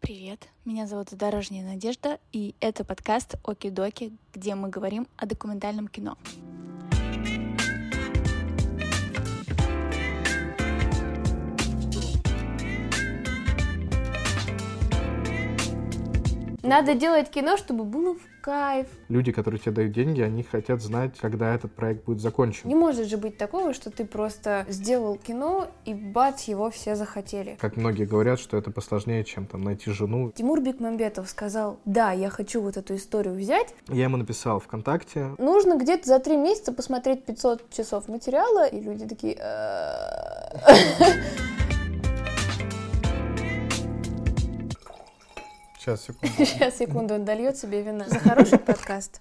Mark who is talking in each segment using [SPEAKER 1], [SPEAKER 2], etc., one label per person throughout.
[SPEAKER 1] Привет, меня зовут Задорожная Надежда, и это подкаст «Оки-доки», где мы говорим о документальном кино.
[SPEAKER 2] Надо делать кино, чтобы было в кайф.
[SPEAKER 3] Люди, которые тебе дают деньги, они хотят знать, когда этот проект будет закончен.
[SPEAKER 2] Не может же быть такого, что ты просто сделал кино, и бац, его все захотели.
[SPEAKER 3] Как многие говорят, что это посложнее, чем там найти жену.
[SPEAKER 2] Тимур Бекмамбетов сказал: да, я хочу вот эту историю взять.
[SPEAKER 3] Я ему написал ВКонтакте.
[SPEAKER 2] Нужно где-то за 3 месяца посмотреть 500 часов материала, и люди такие...
[SPEAKER 3] Сейчас,
[SPEAKER 2] секунду, он дольет себе вина. За хороший подкаст.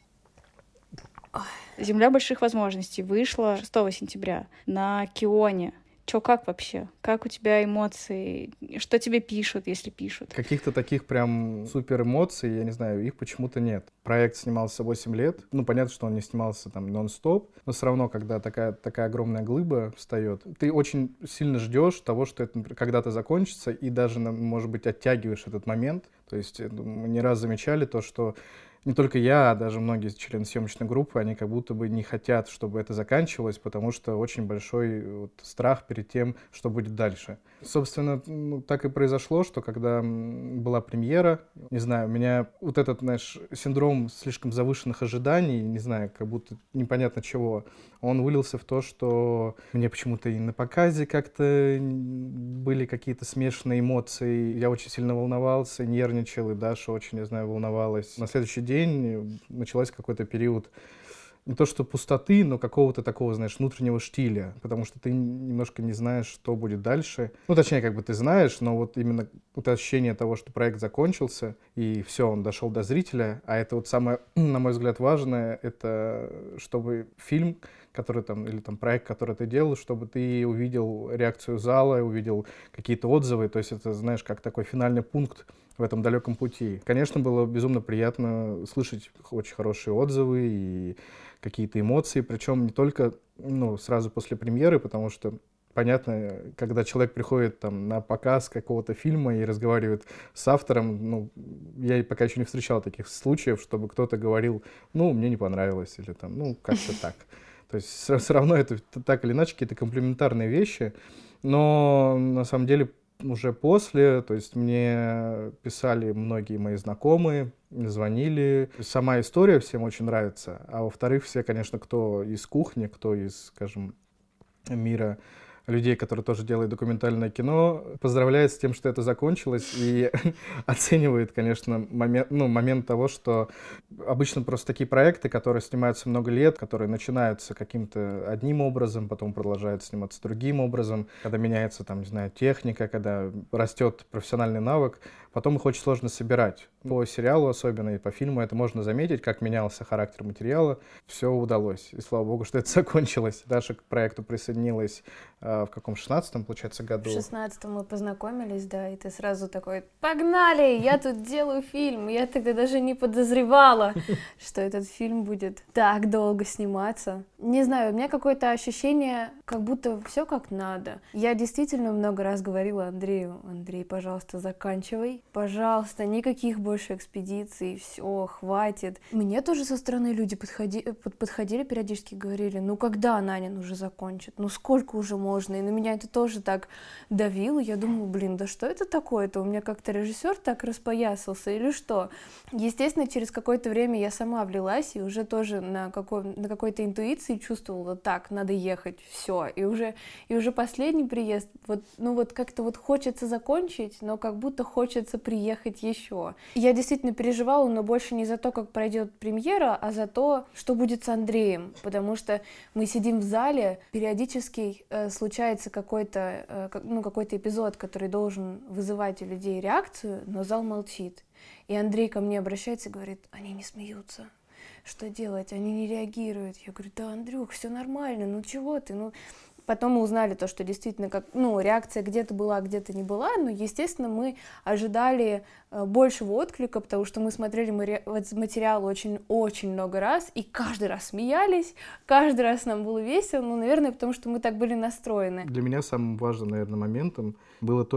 [SPEAKER 1] «Земля больших возможностей» вышла 6 сентября на Кионе. Чё, как вообще? Как у тебя эмоции? Что тебе пишут, если пишут?
[SPEAKER 3] Каких-то таких прям супер эмоций, я не знаю, их почему-то нет. Проект снимался 8 лет. Понятно, что он не снимался там нон-стоп, но все равно, когда такая огромная глыба встает, ты очень сильно ждешь того, что это когда-то закончится, и даже, может быть, оттягиваешь этот момент. То есть мы не раз замечали то, что не только я, а даже многие члены съемочной группы, они как будто бы не хотят, чтобы это заканчивалось, потому что очень большой страх перед тем, что будет дальше. Собственно, так и произошло, что когда была премьера, не знаю, у меня вот этот, синдром слишком завышенных ожиданий, не знаю, как будто непонятно чего, он вылился в то, что мне почему-то и на показе как-то были какие-то смешанные эмоции. Я очень сильно волновался, нервничал, и Даша очень, не знаю, волновалась. На следующий день начался какой-то период не то что пустоты, но какого-то такого, внутреннего штиля, потому что ты немножко не знаешь, что будет дальше. Точнее, ты знаешь, но вот именно вот ощущение того, что проект закончился, и все, он дошел до зрителя, а это вот самое, на мой взгляд, важное, это чтобы фильм, который или проект, который ты делал, чтобы ты увидел реакцию зала, увидел какие-то отзывы, то есть это, как такой финальный пункт в этом далеком пути. Конечно, было безумно приятно слышать очень хорошие отзывы и какие-то эмоции, причем не только сразу после премьеры, потому что понятно, когда человек приходит на показ какого-то фильма и разговаривает с автором, я пока еще не встречал таких случаев, чтобы кто-то говорил, мне не понравилось, или как-то так. То есть все равно это так или иначе какие-то комплементарные вещи, но на самом деле уже после, то есть мне писали многие мои знакомые, звонили. Сама история всем очень нравится, а во-вторых, все, конечно, кто из кухни, кто из, скажем, мира людей, которые тоже делают документальное кино, поздравляют с тем, что это закончилось, и оценивают, конечно, момент того, что обычно просто такие проекты, которые снимаются много лет, которые начинаются каким-то одним образом, потом продолжают сниматься другим образом, когда меняется, техника, когда растет профессиональный навык, потом их очень сложно собирать. По сериалу особенно и по фильму это можно заметить, как менялся характер материала. Все удалось. И слава богу, что это закончилось. Даша к проекту присоединилась в каком 16-м, получается, году?
[SPEAKER 2] В 16-м мы познакомились, да, и ты сразу такой: погнали, я тут делаю фильм. Я тогда даже не подозревала, что этот фильм будет так долго сниматься. Не знаю, у меня какое-то ощущение, как будто все как надо. Я действительно много раз говорила Андрею: Андрей, пожалуйста, заканчивай. Пожалуйста, никаких больше экспедиций, все, хватит. Мне тоже со стороны люди подходили периодически, говорили: когда Ананин уже закончит? Сколько уже можно? И на меня это тоже так давило. Я думаю, да что это такое-то? У меня как-то режиссер так распоясался или что? Естественно, через какое-то время я сама влилась и уже тоже на какой-то интуиции чувствовала: так, надо ехать, все. И уже последний приезд, как-то хочется закончить, но как будто хочется приехать еще. Я действительно переживала, но больше не за то, как пройдет премьера, а за то, что будет с Андреем, потому что мы сидим в зале, периодически случается какой-то эпизод, который должен вызывать у людей реакцию, но зал молчит. И Андрей ко мне обращается и говорит: они не смеются. Что делать? Они не реагируют. Я говорю: да, Андрюх, все нормально, чего ты? Потом мы узнали то, что действительно реакция где-то была, где-то не была, но, естественно, мы ожидали большего отклика, потому что мы смотрели материал очень-очень много раз, и каждый раз смеялись, каждый раз нам было весело, наверное, потому что мы так были настроены.
[SPEAKER 3] Для меня самым важным, наверное, моментом было то, что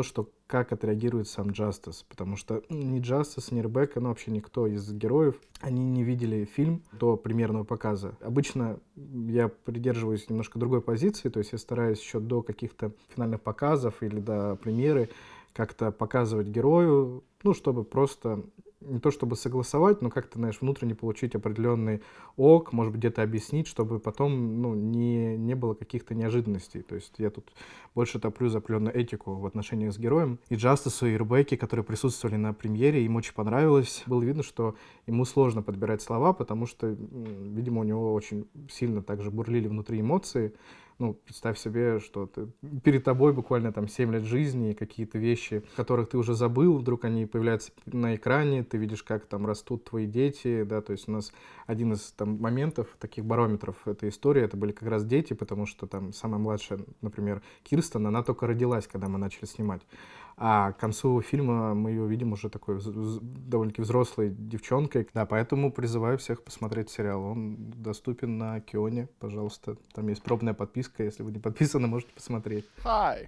[SPEAKER 3] как отреагирует сам Джастис, потому что ни Джастис, ни Ребекка, ну вообще никто из героев, они не видели фильм до премьерного показа. Обычно я придерживаюсь немножко другой позиции, то есть я стараюсь еще до каких-то финальных показов или до премьеры как-то показывать герою, ну, чтобы просто не то чтобы согласовать, но как-то, знаешь, внутренне получить определенный может быть, где-то объяснить, чтобы потом, ну, не было каких-то неожиданностей. То есть я тут больше топлю за определенную этику в отношениях с героем. И Джастису, и Ребекке, которые присутствовали на премьере, им очень понравилось. Было видно, что ему сложно подбирать слова, потому что, видимо, у него очень сильно также бурлили внутри эмоции. Ну, представь себе, что перед тобой буквально там 7 лет жизни, и какие-то вещи, которых ты уже забыл, вдруг они появляются на экране, ты видишь, как там растут твои дети, да, то есть у нас один из там моментов, таких барометров этой истории, это были как раз дети, потому что там самая младшая, например, Кирстен, она только родилась, когда мы начали снимать. А к концу фильма мы ее видим уже такой довольно-таки взрослой девчонкой. Да, поэтому призываю всех посмотреть сериал. Он доступен на Кионе, пожалуйста. Там есть пробная подписка. Если вы не подписаны, можете посмотреть.
[SPEAKER 4] Hi.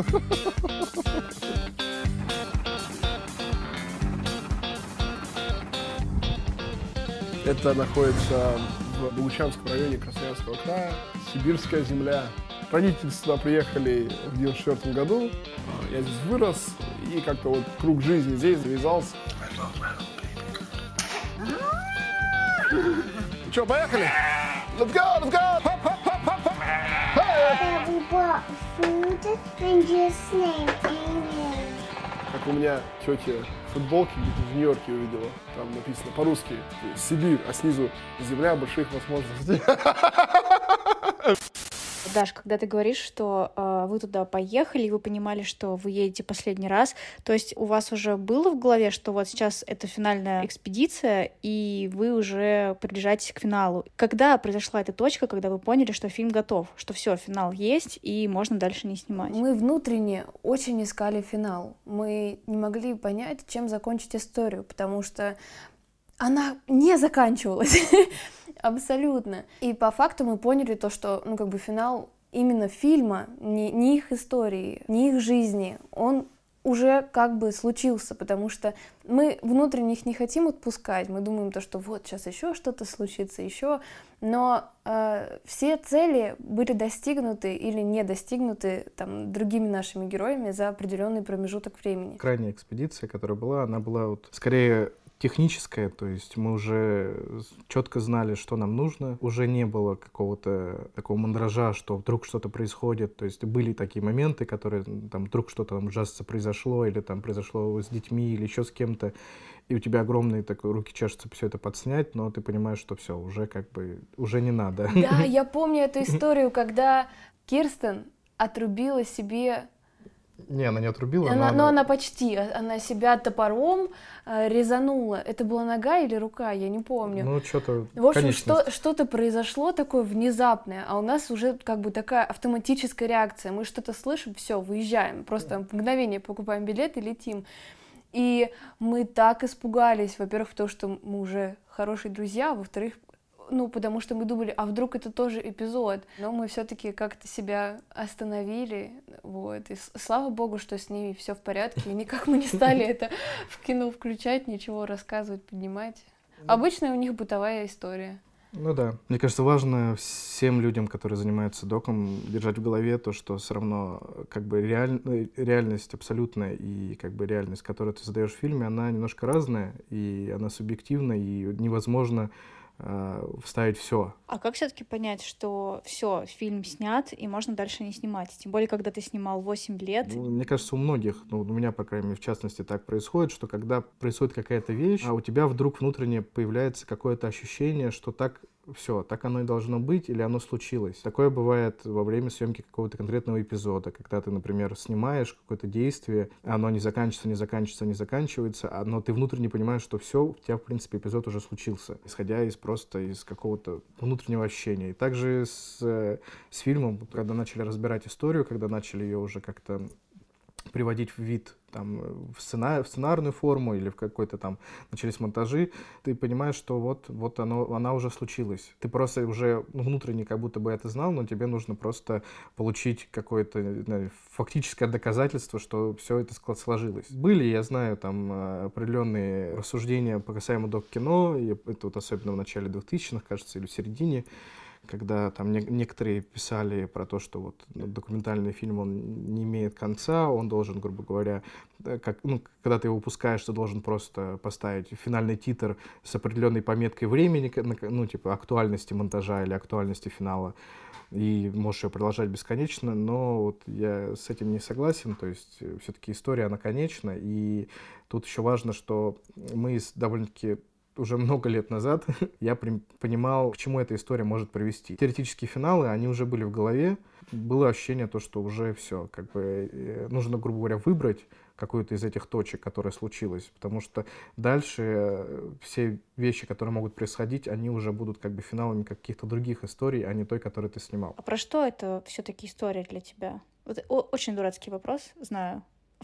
[SPEAKER 4] Это находится в Богучанском районе Красноярского края, Сибирская земля. Родители сюда приехали в 1994 году. Я здесь вырос, и как-то вот круг жизни здесь завязался. Че, поехали? Let's go, let's go! Хоп, хоп, хоп, хоп, хоп. Hey!
[SPEAKER 5] We bought food and just name Amy.
[SPEAKER 4] Как у меня тетя футболки где-то в Нью-Йорке увидела. Там написано по-русски «Сибирь», а снизу «Земля больших возможностей».
[SPEAKER 1] Даш, когда ты говоришь, что вы туда поехали, и вы понимали, что вы едете последний раз, то есть у вас уже было в голове, что вот сейчас это финальная экспедиция, и вы уже приближаетесь к финалу. Когда произошла эта точка, когда вы поняли, что фильм готов, что все, финал есть, и можно дальше не снимать?
[SPEAKER 2] Мы внутренне очень искали финал. Мы не могли понять, чем закончить историю, потому что она не заканчивалась. Абсолютно. И по факту мы поняли то, что, ну, как бы финал именно фильма, не их истории, не их жизни, он уже как бы случился, потому что мы внутренне их не хотим отпускать, мы думаем то, что вот сейчас еще что-то случится, еще, но все цели были достигнуты или не достигнуты там другими нашими героями за определенный промежуток времени.
[SPEAKER 3] Крайняя экспедиция, которая была, она была вот скорее техническая, то есть мы уже четко знали, что нам нужно, уже не было какого-то такого мандража, что вдруг что-то происходит, то есть были такие моменты, которые там вдруг что-то там ужасно произошло, или там произошло с детьми, или еще с кем-то, и у тебя огромные такой руки чешутся все это подснять, но ты понимаешь, что все, уже как бы, уже не надо.
[SPEAKER 2] Да, я помню эту историю, когда Кирстен отрубила себе...
[SPEAKER 3] Не, она не отрубила,
[SPEAKER 2] но она почти, она себя топором резанула. Это была нога или рука, я не помню.
[SPEAKER 3] Ну, что-то...
[SPEAKER 2] В общем, что-то произошло такое внезапное, а у нас уже как бы такая автоматическая реакция. Мы что-то слышим, все, выезжаем, просто в мгновение покупаем билет и летим. И мы так испугались, во-первых, потому что мы уже хорошие друзья, а во-вторых, ну, потому что мы думали, а вдруг это тоже эпизод. Но мы все-таки как-то себя остановили, вот. И слава богу, что с ней все в порядке, и никак мы не стали это в кино включать, ничего рассказывать, поднимать. Обычная у них бытовая история.
[SPEAKER 3] Ну да. Мне кажется, важно всем людям, которые занимаются доком, держать в голове то, что все равно как бы реальность абсолютная и как бы реальность, которую ты создаешь в фильме, она немножко разная, и она субъективна, и невозможно вставить все.
[SPEAKER 1] А как все-таки понять, что все, фильм снят, и можно дальше не снимать? Тем более, когда ты снимал 8 лет.
[SPEAKER 3] Ну, мне кажется, у многих, ну, у меня, по крайней мере, в частности, так происходит, что когда происходит какая-то вещь, а у тебя вдруг внутренне появляется какое-то ощущение, что так все, так оно и должно быть, или оно случилось. Такое бывает во время съемки какого-то конкретного эпизода, когда ты, например, снимаешь какое-то действие, оно не заканчивается, но ты внутренне понимаешь, что все, у тебя, в принципе, эпизод уже случился, исходя из какого-то внутреннего ощущения. И также с фильмом, когда начали разбирать историю, когда начали ее уже как-то приводить в вид там, в сценарную форму или в какой-то там начались монтажи, ты понимаешь, что вот она уже случилась. Ты просто уже внутренне как будто бы это знал, но тебе нужно просто получить какое-то, не знаю, фактическое доказательство, что все это сложилось. Были, я знаю, там определенные рассуждения по касаемо док-кино, и это вот особенно в начале 2000-х, кажется, или в середине, когда там некоторые писали про то, что вот документальный фильм, он не имеет конца, он должен, грубо говоря, когда ты его выпускаешь, ты должен просто поставить финальный титр с определенной пометкой времени, типа актуальности монтажа или актуальности финала, и можешь ее продолжать бесконечно, но вот я с этим не согласен, то есть все-таки история, она конечна, и тут еще важно, что мы довольно-таки уже много лет назад я понимал, к чему эта история может привести. Теоретические финалы, они уже были в голове. Было ощущение, что уже все. Как бы нужно, грубо говоря, выбрать какую-то из этих точек, которая случилась. Потому что дальше все вещи, которые могут происходить, они уже будут как бы финалами каких-то других историй, а не той, которую ты снимал.
[SPEAKER 1] А про что это все-таки история для тебя? Вот очень дурацкий вопрос, знаю,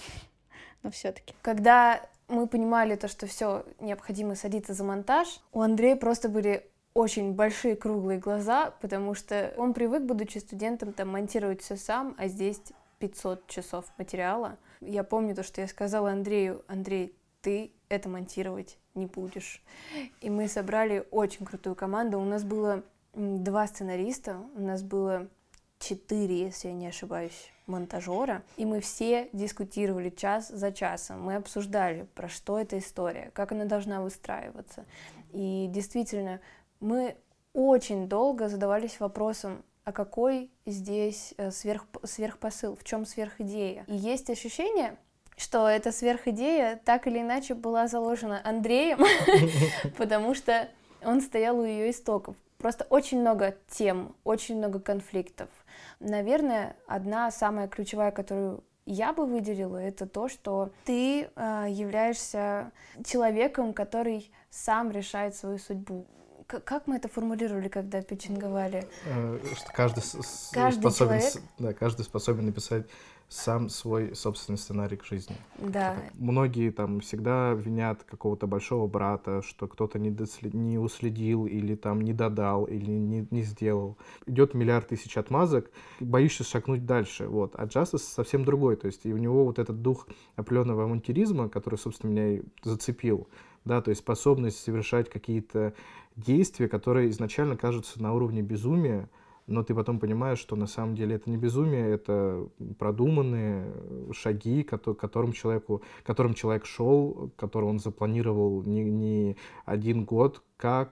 [SPEAKER 1] но все-таки.
[SPEAKER 2] Когда мы понимали то, что все необходимо садиться за монтаж, у Андрея просто были очень большие круглые глаза, потому что он привык, будучи студентом, там монтировать все сам, а здесь 500 часов материала. Я помню то, что я сказала Андрею: Андрей, ты это монтировать не будешь. И мы собрали очень крутую команду. У нас было 2 сценариста, у нас было 4, если я не ошибаюсь, монтажера, и мы все дискутировали час за часом. Мы обсуждали, про что эта история, как она должна выстраиваться. И действительно, мы очень долго задавались вопросом, а какой здесь сверхпосыл, в чем сверхидея. И есть ощущение, что эта сверхидея так или иначе была заложена Андреем, потому что он стоял у ее истоков. Просто очень много тем, очень много конфликтов. Наверное, одна самая ключевая, которую я бы выделила, это то, что ты являешься человеком, который сам решает свою судьбу. Как мы это формулировали, когда питчинговали?
[SPEAKER 3] Что каждый способен написать сам свой собственный сценарий к жизни.
[SPEAKER 2] Да.
[SPEAKER 3] Многие там всегда винят какого-то большого брата, что кто-то не уследил или там не додал или не сделал. Идет миллиард тысяч отмазок, боишься шагнуть дальше. Вот. А Justice совсем другой. То есть и у него вот этот дух определенного авантюризма, который, собственно, меня и зацепил. Да, то есть способность совершать какие-то действия, которые изначально кажутся на уровне безумия, но ты потом понимаешь, что на самом деле это не безумие, это продуманные шаги, которым человек шел, который он запланировал не 1 год,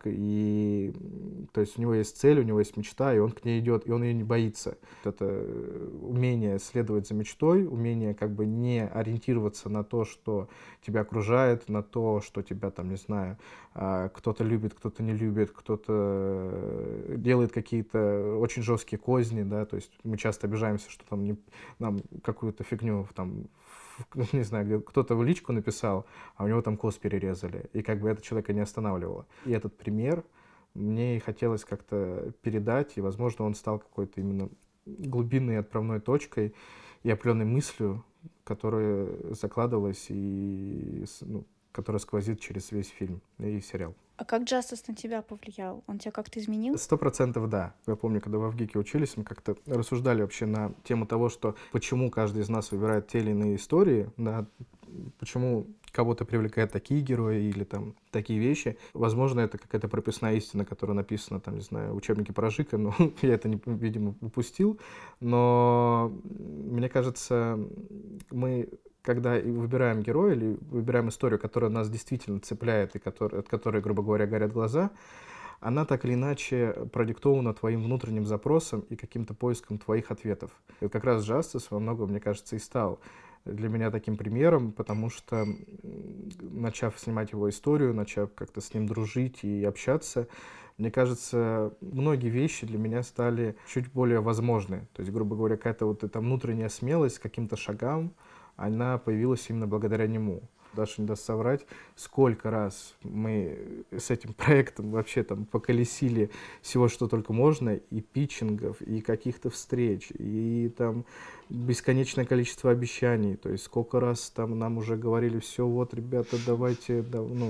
[SPEAKER 3] и то есть у него есть цель, у него есть мечта, и он к ней идет, и он ее не боится. Это умение следовать за мечтой, умение как бы не ориентироваться на то, что тебя окружает, на то, что тебя там, не знаю, кто-то любит, кто-то не любит, кто-то делает какие-то очень жесткие козни, да, то есть мы часто обижаемся, что там нам какую-то фигню там, не знаю, где кто-то в личку написал, а у него там коз перерезали, и как бы это человека не останавливало. И этот пример мне и хотелось как-то передать, и, возможно, он стал какой-то именно глубинной отправной точкой и определенной мыслью, которая закладывалась и которая сквозит через весь фильм и сериал.
[SPEAKER 1] А как Justice на тебя повлиял? Он тебя как-то изменил?
[SPEAKER 3] 100% да. Я помню, когда в Авгике учились, мы как-то рассуждали вообще на тему того, что почему каждый из нас выбирает те или иные истории, да, почему кого-то привлекают такие герои или там такие вещи. Возможно, это какая-то прописная истина, которая написана, там, не знаю, в учебнике про Жика, но я это, видимо, упустил. Но мне кажется, мы, когда выбираем героя или выбираем историю, которая нас действительно цепляет и от которой, грубо говоря, горят глаза, она так или иначе продиктована твоим внутренним запросом и каким-то поиском твоих ответов. И вот как раз Justice во многом, мне кажется, и стал для меня таким примером, потому что, начав снимать его историю, начав как-то с ним дружить и общаться, мне кажется, многие вещи для меня стали чуть более возможны. То есть, грубо говоря, какая-то вот эта внутренняя смелость к каким-то шагам, она появилась именно благодаря нему. Даша не даст соврать, сколько раз мы с этим проектом вообще там поколесили всего, что только можно, и питчингов, и каких-то встреч, и там бесконечное количество обещаний. То есть сколько раз там нам уже говорили: все, вот, ребята, давайте,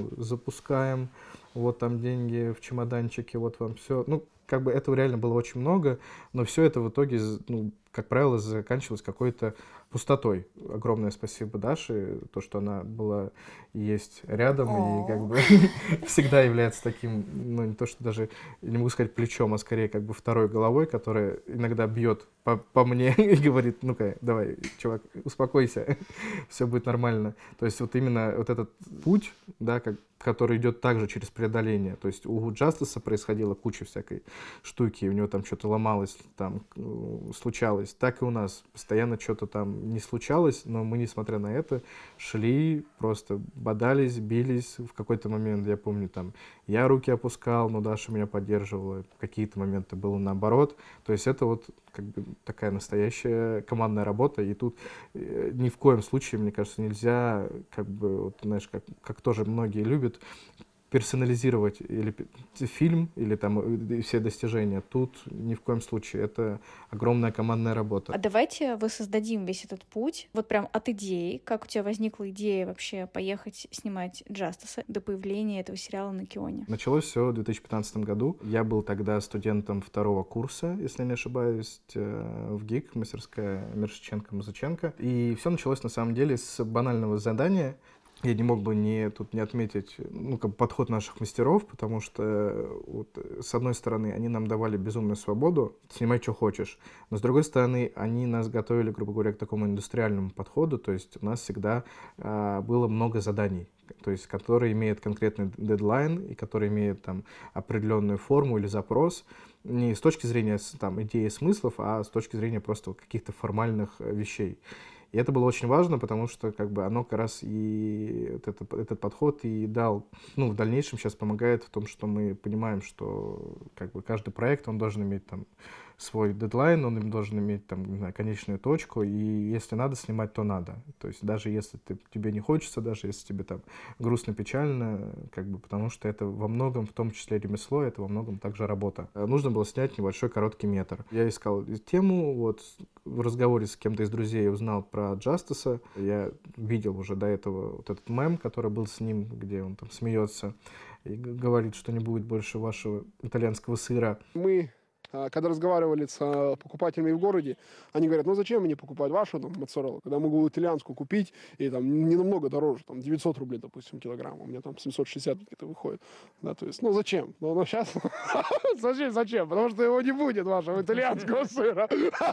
[SPEAKER 3] запускаем, вот там деньги в чемоданчике, вот вам все. Ну, как бы этого реально было очень много, но все это в итоге, как правило, заканчивалось какой-то пустотой. Огромное спасибо Даше, то, что она была и есть рядом, и как бы всегда является таким, не то, что даже, не могу сказать плечом, а скорее как бы второй головой, которая иногда бьет по мне и говорит: ну-ка, давай, чувак, успокойся, все будет нормально. То есть вот именно вот этот путь, да, который идет также через преодоление. То есть у Джастиса происходила куча всякой штуки, у него там что-то ломалось, там случалось. Так и у нас постоянно что-то там не случалось, но мы, несмотря на это, шли, просто бодались, бились. В какой-то момент, я помню, там я руки опускал, но Даша меня поддерживала. В какие-то моменты было наоборот. То есть это вот как бы такая настоящая командная работа, и тут ни в коем случае, мне кажется, нельзя, как бы, вот, знаешь, как тоже многие любят, персонализировать или фильм, или там все достижения. Тут ни в коем случае. Это огромная командная работа.
[SPEAKER 1] А давайте воссоздадим весь этот путь, вот прям от идеи, как у тебя возникла идея вообще поехать снимать Джастиса до появления этого сериала на Кионе.
[SPEAKER 3] Началось все в 2015 году. Я был тогда студентом 2-го курса, если не ошибаюсь, в ГИК, мастерская Мершиченко-Музыченко. И все началось на самом деле с банального задания. Я не мог бы тут не отметить подход наших мастеров, потому что, вот, с одной стороны, они нам давали безумную свободу, снимай, что хочешь, но с другой стороны, они нас готовили, грубо говоря, к такому индустриальному подходу, то есть у нас всегда было много заданий, то есть которые имеют конкретный дедлайн и которые имеют там определенную форму или запрос, не с точки зрения там идеи и смыслов, а с точки зрения просто каких-то формальных вещей. И это было очень важно, потому что как бы оно как раз и этот подход и дал, в дальнейшем сейчас помогает в том, что мы понимаем, что как бы каждый проект, он должен иметь там свой дедлайн, он должен иметь там, не знаю, конечную точку, и если надо снимать, то надо. То есть даже если тебе не хочется, даже если тебе там грустно, печально, как бы, потому что это во многом, в том числе ремесло, это во многом также работа. Нужно было снять небольшой короткий метр. Я искал тему, вот в разговоре с кем-то из друзей я узнал про Джастиса. Я видел уже до этого вот этот мем, который был с ним, где он там смеется и говорит, что не будет больше вашего итальянского сыра.
[SPEAKER 4] Мы, когда разговаривали с покупателями в городе, они говорят: ну зачем мне покупать вашу там моцареллу, когда могу итальянскую купить, и там не намного дороже, там 900 рублей, допустим, килограмм, у меня там 760 где-то выходит. Да, то есть, зачем? Но сейчас... Зачем? Потому что его не будет, вашего итальянского сыра.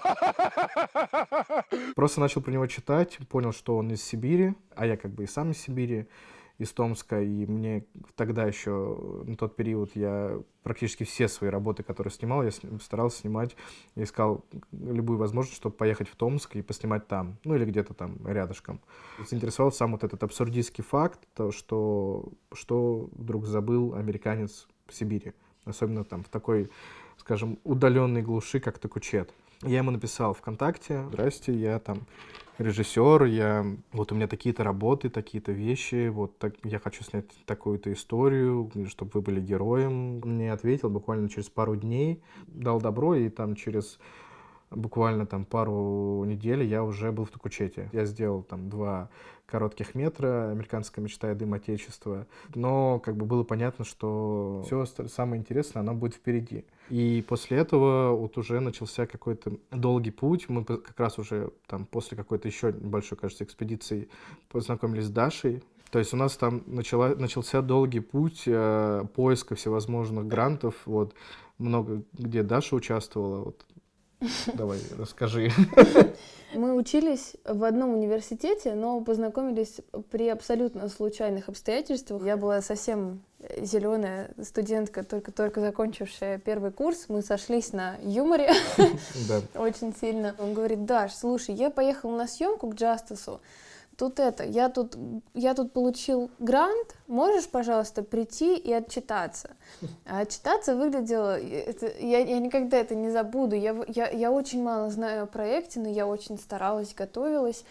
[SPEAKER 3] Просто начал про него читать, понял, что он из Сибири, а я как бы и сам из Сибири, из Томска, и мне тогда еще, на тот период, я практически все свои работы, которые снимал, я старался снимать, искал любую возможность, чтобы поехать в Томск и поснимать там, или где-то там рядышком. Заинтересовал сам вот этот абсурдистский факт, то, что вдруг забыл американец в Сибири, особенно там в такой, скажем, удаленной глуши, как Токучет. Я ему написал ВКонтакте: здрасте, я там режиссер, вот у меня такие-то работы, такие-то вещи, вот так, я хочу снять такую-то историю, чтобы вы были героем. Он мне ответил буквально через пару дней, дал добро, и там через буквально там пару недель я уже был в Токучете. Я сделал там 2 коротких метра, «Американская мечта» и «Дым Отечества». Но как бы было понятно, что все самое интересное, оно будет впереди. И после этого вот уже начался какой-то долгий путь. Мы как раз уже там после какой-то еще небольшой, кажется, экспедиции познакомились с Дашей. То есть у нас там начался долгий путь поиска всевозможных грантов. Вот много где Даша участвовала. Вот. Давай, расскажи.
[SPEAKER 2] Мы учились в одном университете, но познакомились при абсолютно случайных обстоятельствах. Я была совсем зеленая студентка, только закончившая первый курс. Мы сошлись на юморе очень сильно. Он говорит: Даш, слушай, я поехала на съемку к Джастису. Я тут получил грант, можешь, пожалуйста, прийти и отчитаться? А отчитаться выглядело, я никогда это не забуду, я очень мало знаю о проекте, но я очень старалась, готовилась.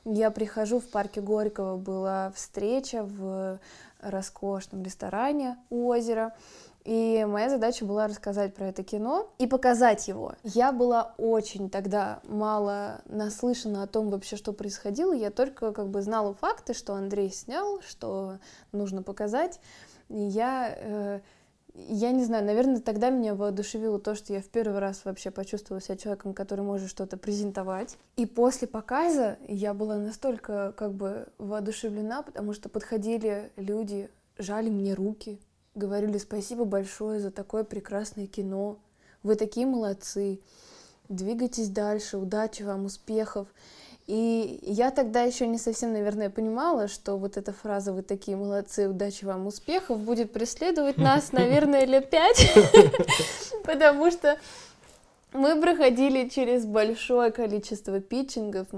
[SPEAKER 2] Я прихожу, в парке Горького была встреча в роскошном ресторане у озера. И моя задача была рассказать про это кино и показать его. Я была очень тогда мало наслышана о том вообще, что происходило. Я только как бы знала факты, что Андрей снял, что нужно показать. И я не знаю, наверное, тогда меня воодушевило то, что я в первый раз вообще почувствовала себя человеком, который может что-то презентовать. И после показа я была настолько как бы воодушевлена, потому что подходили люди, жали мне руки, говорили: спасибо большое за такое прекрасное кино, вы такие молодцы, двигайтесь дальше, удачи вам, успехов. И я тогда еще не совсем, наверное, понимала, что вот эта фраза «вы такие молодцы, удачи вам, успехов» будет преследовать нас, наверное, лет 5, потому что мы проходили через большое количество питчингов,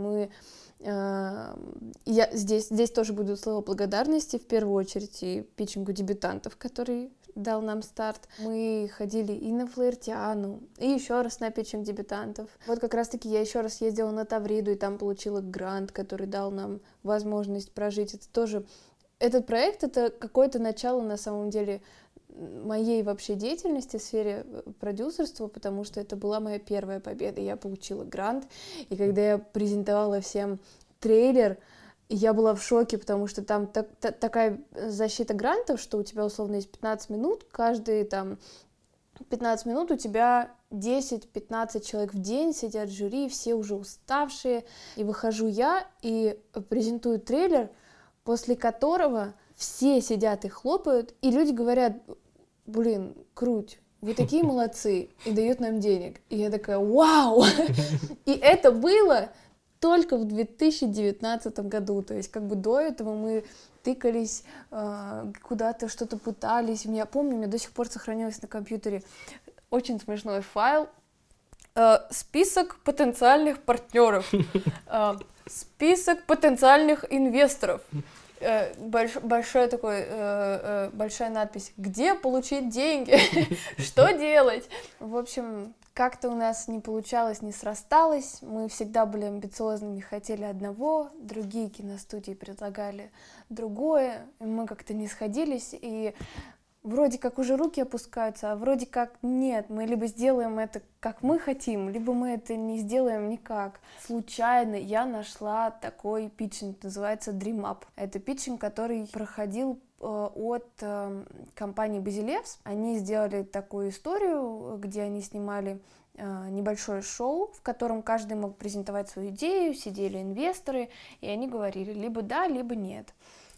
[SPEAKER 2] здесь тоже будут слова благодарности, в первую очередь, и питчингу дебютантов, который дал нам старт. Мы ходили и на Флаертиану, и еще раз на питчинг дебютантов. Вот как раз-таки я еще раз ездила на Тавриду, и там получила грант, который дал нам возможность прожить. Это тоже... Этот проект — это какое-то начало, на самом деле, моей вообще деятельности в сфере продюсерства, потому что это была моя первая победа. Я получила грант, и когда я презентовала всем трейлер, я была в шоке, потому что там такая защита грантов, что у тебя условно есть 15 минут, каждые там 15 минут у тебя 10-15 человек в день сидят в жюри, все уже уставшие, и выхожу я и презентую трейлер, после которого все сидят и хлопают, и люди говорят: блин, круть, вы такие молодцы, и дают нам денег. И я такая: вау! И это было только в 2019 году, то есть как бы до этого мы тыкались, куда-то что-то пытались. Я помню, у меня до сих пор сохранилось на компьютере очень смешной файл. Список потенциальных партнеров, список потенциальных инвесторов. Большая надпись: где получить деньги, что делать. В общем, как-то у нас не получалось, не срасталось. Мы всегда были амбициозными, хотели одного, другие киностудии предлагали другое, и мы как-то не сходились, и вроде как уже руки опускаются, а вроде как нет. Мы либо сделаем это, как мы хотим, либо мы это не сделаем никак. Случайно я нашла такой питчинг, называется Dream Up. Это питчинг, который проходил от компании Базилевс. Они сделали такую историю, где они снимали небольшое шоу, в котором каждый мог презентовать свою идею, сидели инвесторы, и они говорили либо да, либо нет.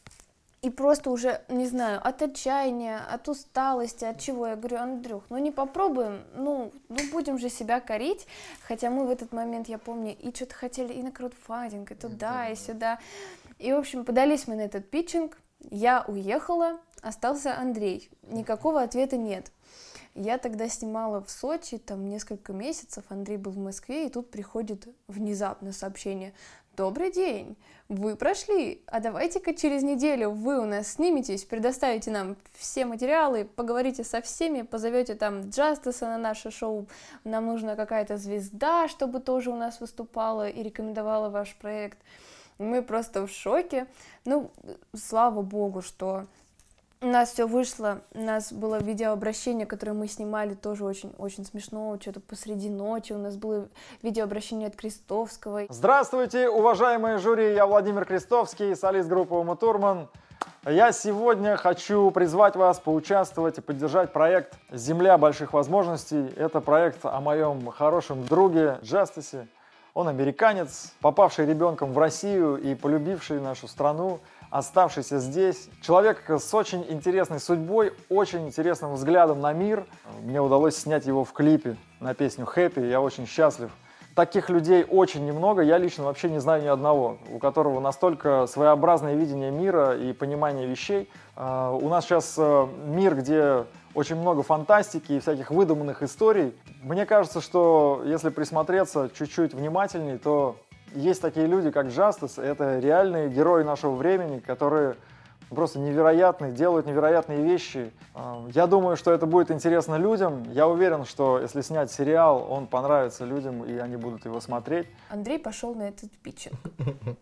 [SPEAKER 2] И просто уже, не знаю, от отчаяния, от усталости, от чего, я говорю: Андрюх, ну не попробуем, ну будем же себя корить. Хотя мы в этот момент, я помню, и что-то хотели и на краудфандинг, и туда, и сюда. И, в общем, подались мы на этот питчинг, я уехала, остался Андрей. Никакого ответа нет. Я тогда снимала в Сочи, там несколько месяцев, Андрей был в Москве, и тут приходит внезапно сообщение: добрый день, вы прошли, а давайте-ка через неделю вы у нас сниметесь, предоставите нам все материалы, поговорите со всеми, позовете там Джастиса на наше шоу, нам нужна какая-то звезда, чтобы тоже у нас выступала и рекомендовала ваш проект. Мы просто в шоке. Ну, слава богу, что у нас все вышло, у нас было видеообращение, которое мы снимали, тоже очень смешно, что-то посреди ночи, у нас было видеообращение от Крестовского.
[SPEAKER 6] Здравствуйте, уважаемые жюри, я Владимир Крестовский, солист группы Ума Турман. Я сегодня хочу призвать вас поучаствовать и поддержать проект «Земля больших возможностей». Это проект о моем хорошем друге Джастисе. Он американец, попавший ребенком в Россию и полюбивший нашу страну, оставшийся здесь. Человек с очень интересной судьбой, очень интересным взглядом на мир. Мне удалось снять его в клипе на песню «Happy», я очень счастлив. Таких людей очень немного, я лично вообще не знаю ни одного, у которого настолько своеобразное видение мира и понимание вещей. У нас сейчас мир, где очень много фантастики и всяких выдуманных историй. Мне кажется, что если присмотреться чуть-чуть внимательней, то есть такие люди, как Джастис. Это реальные герои нашего времени, которые просто невероятные, делают невероятные вещи. Я думаю, что это будет интересно людям. Я уверен, что если снять сериал, он понравится людям, и они будут его смотреть.
[SPEAKER 2] Андрей пошел на этот питчинг.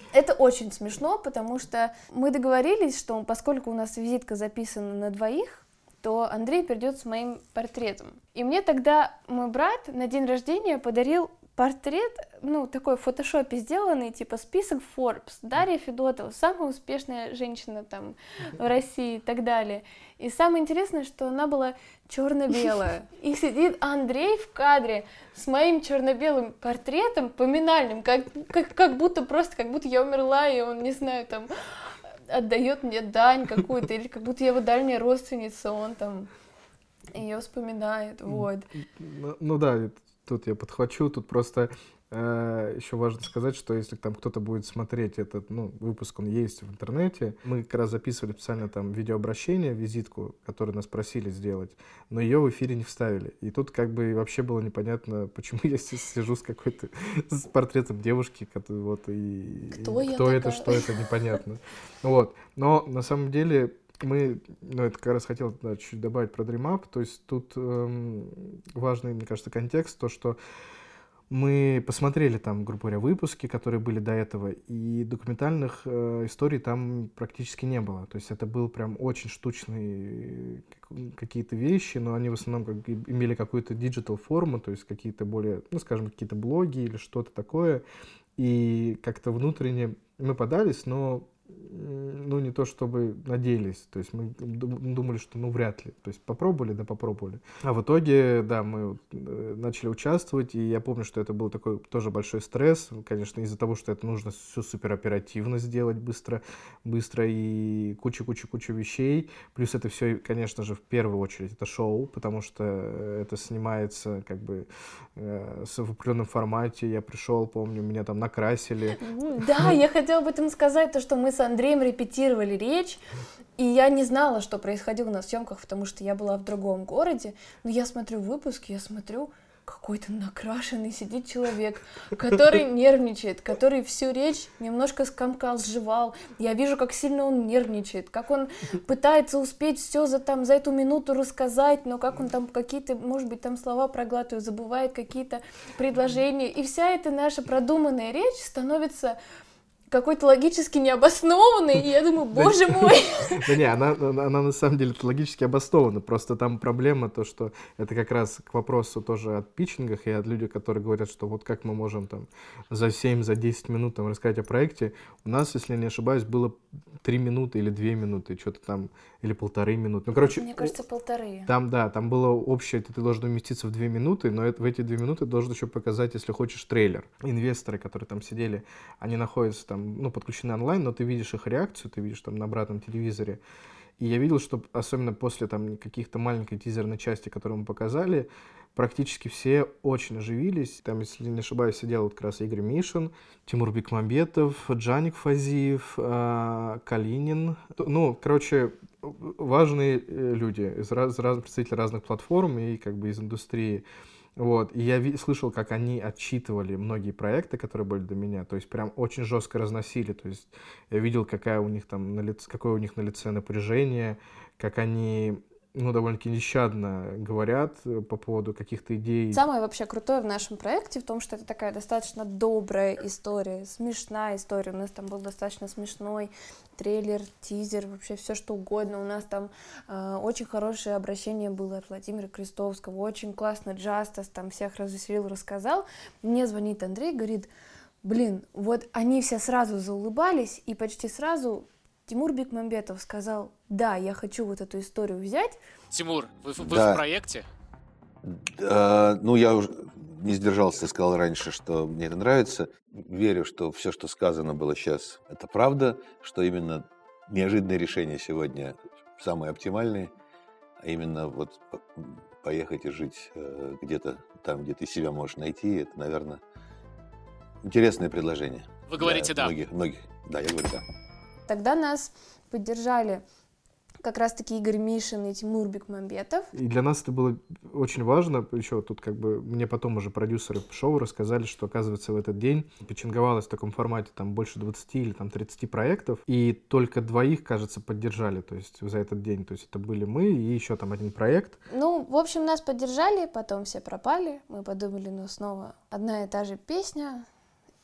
[SPEAKER 2] Это очень смешно, потому что мы договорились, что поскольку у нас визитка записана на 2, то Андрей придет с моим портретом. И мне тогда мой брат на день рождения подарил портрет, такой в фотошопе сделанный, типа список Forbes, Дарья Федотова, самая успешная женщина там в России и так далее. И самое интересное, что она была черно-белая. И сидит Андрей в кадре с моим черно-белым портретом поминальным, как будто я умерла, и он, не знаю, там отдает мне дань какую-то, или как будто я его дальняя родственница, он там ее вспоминает, вот.
[SPEAKER 3] Ну да, тут я подхвачу, тут просто еще важно сказать, что если там кто-то будет смотреть этот выпуск, он есть в интернете. Мы как раз записывали специально там видеообращение, визитку, которую нас просили сделать, но ее в эфире не вставили. И тут как бы вообще было непонятно, почему я сижу с портретом девушки, вот, и кто это, что это, непонятно. Вот. Но на самом деле мы, это как раз хотел чуть добавить про Dream Up, то есть тут важный, мне кажется, контекст, то, что мы посмотрели там, грубо говоря, выпуски, которые были до этого, и документальных историй там практически не было. То есть это был прям очень штучные какие-то вещи, но они в основном имели какую-то диджитал форму, то есть какие-то более, скажем, какие-то блоги или что-то такое. И как-то внутренне мы подались, но не то чтобы надеялись, то есть мы думали, что вряд ли, то есть попробовали. А в итоге, да, мы начали участвовать, и я помню, что это был такой тоже большой стресс, конечно, из-за того, что это нужно все супероперативно сделать быстро и куча вещей, плюс это все, конечно же, в первую очередь это шоу, потому что это снимается как бы в определенном формате, я пришел, помню, меня там накрасили.
[SPEAKER 2] Да, я хотела об этом сказать, то, что мы с Андреем репетировали речь, и я не знала, что происходило на съемках, потому что я была в другом городе, но я смотрю выпуски, какой-то накрашенный сидит человек, который нервничает, который всю речь немножко скомкал, сживал. Я вижу, как сильно он нервничает, как он пытается успеть все за эту минуту рассказать, но как он там какие-то, может быть, там слова проглатывает, забывает какие-то предложения. И вся эта наша продуманная речь становится какой-то логически необоснованный, и я думаю, боже мой.
[SPEAKER 3] Да не, она на самом деле логически обоснована, просто там проблема то, что это как раз к вопросу тоже от питчингах и от людей, которые говорят, что вот как мы можем там за 10 минут там рассказать о проекте. У нас, если я не ошибаюсь, было 3 минуты или 2 минуты, что-то там, или 1,5 минуты.
[SPEAKER 2] Мне кажется, 1,5.
[SPEAKER 3] Там было общее, ты должен уместиться в 2 минуты, но в эти 2 минуты должен еще показать, если хочешь, трейлер. Инвесторы, которые там сидели, они находятся там, подключены онлайн, но ты видишь их реакцию, ты видишь там на обратном телевизоре. И я видел, что особенно после там каких-то маленькой тизерной части, которую мы показали, практически все очень оживились. Там, если не ошибаюсь, сидел как раз Игорь Мишин, Тимур Бекмамбетов, Джаник Фазиев, Калинин. Важные люди, представители разных платформ и как бы из индустрии. Вот. И я слышал, как они отчитывали многие проекты, которые были до меня, то есть прям очень жестко разносили, то есть я видел, какое у них на лице напряжение, как они довольно-таки нещадно говорят по поводу каких-то идей.
[SPEAKER 2] Самое вообще крутое в нашем проекте в том, что это такая достаточно добрая история, смешная история. У нас там был достаточно смешной трейлер, тизер, вообще все что угодно. У нас там очень хорошее обращение было от Владимира Крестовского, очень классно Джастас там всех развеселил, рассказал. Мне звонит Андрей, говорит, вот они все сразу заулыбались, и почти сразу Тимур Бекмамбетов сказал, да, я хочу вот эту историю взять.
[SPEAKER 7] Тимур, вы в проекте?
[SPEAKER 8] Я уже не сдержался, сказал раньше, что мне это нравится. Верю, что все, что сказано было сейчас, это правда, что именно неожиданные решения сегодня самые оптимальные, а именно вот поехать и жить где-то там, где ты себя можешь найти, это, наверное, интересное предложение.
[SPEAKER 7] Вы говорите «да».
[SPEAKER 8] Многих. Да, я говорю «да».
[SPEAKER 2] Тогда нас поддержали как раз-таки Игорь Мишин и Тимур Бекмамбетов.
[SPEAKER 3] И для нас это было очень важно. Еще тут как бы мне потом уже продюсеры шоу рассказали, что, оказывается, в этот день питчинговалось в таком формате там больше 20 или там 30 проектов, и только 2, кажется, поддержали, то есть за этот день. То есть это были мы и еще там 1 проект.
[SPEAKER 2] В общем, нас поддержали, потом все пропали. Мы подумали, снова одна и та же песня.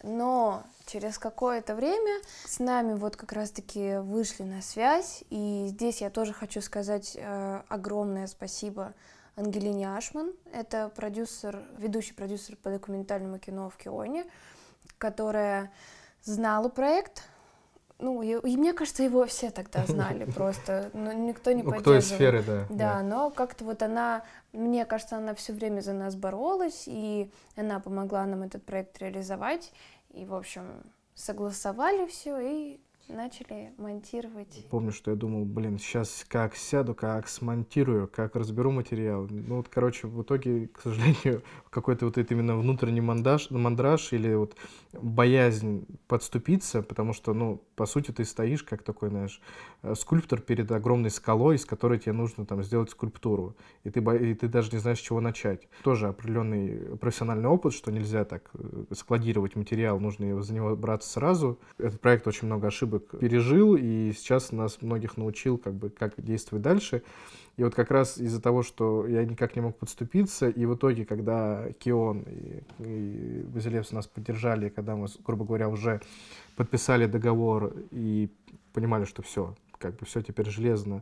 [SPEAKER 2] Но через какое-то время с нами вот как раз-таки вышли на связь, и здесь я тоже хочу сказать огромное спасибо Ангелине Ашман. Это продюсер, ведущий продюсер по документальному кино в Кионе, которая знала проект. Ну, и мне кажется, его все тогда знали просто, но никто не поддерживал.
[SPEAKER 3] Кто из сферы, да.
[SPEAKER 2] Да, но как-то вот она, мне кажется, она все время за нас боролась, и она помогла нам этот проект реализовать. И, в общем, согласовали все и начали монтировать.
[SPEAKER 3] Помню, что я думал, сейчас как сяду, как смонтирую, как разберу материал. Ну вот, короче, в итоге, к сожалению, какой-то вот это именно внутренний мандраж или вот боязнь подступиться, потому что, ну, по сути, ты стоишь как такой, знаешь, скульптор перед огромной скалой, из которой тебе нужно там сделать скульптуру, и ты даже не знаешь, с чего начать. Тоже определенный профессиональный опыт, что нельзя так складировать материал, нужно за него браться сразу. Этот проект очень много ошибок пережил, и сейчас нас многих научил, как действовать дальше. И вот как раз из-за того, что я никак не мог подступиться, и в итоге, когда Кион и Базилевс нас поддержали, когда мы, грубо говоря, уже подписали договор и понимали, что все теперь железно,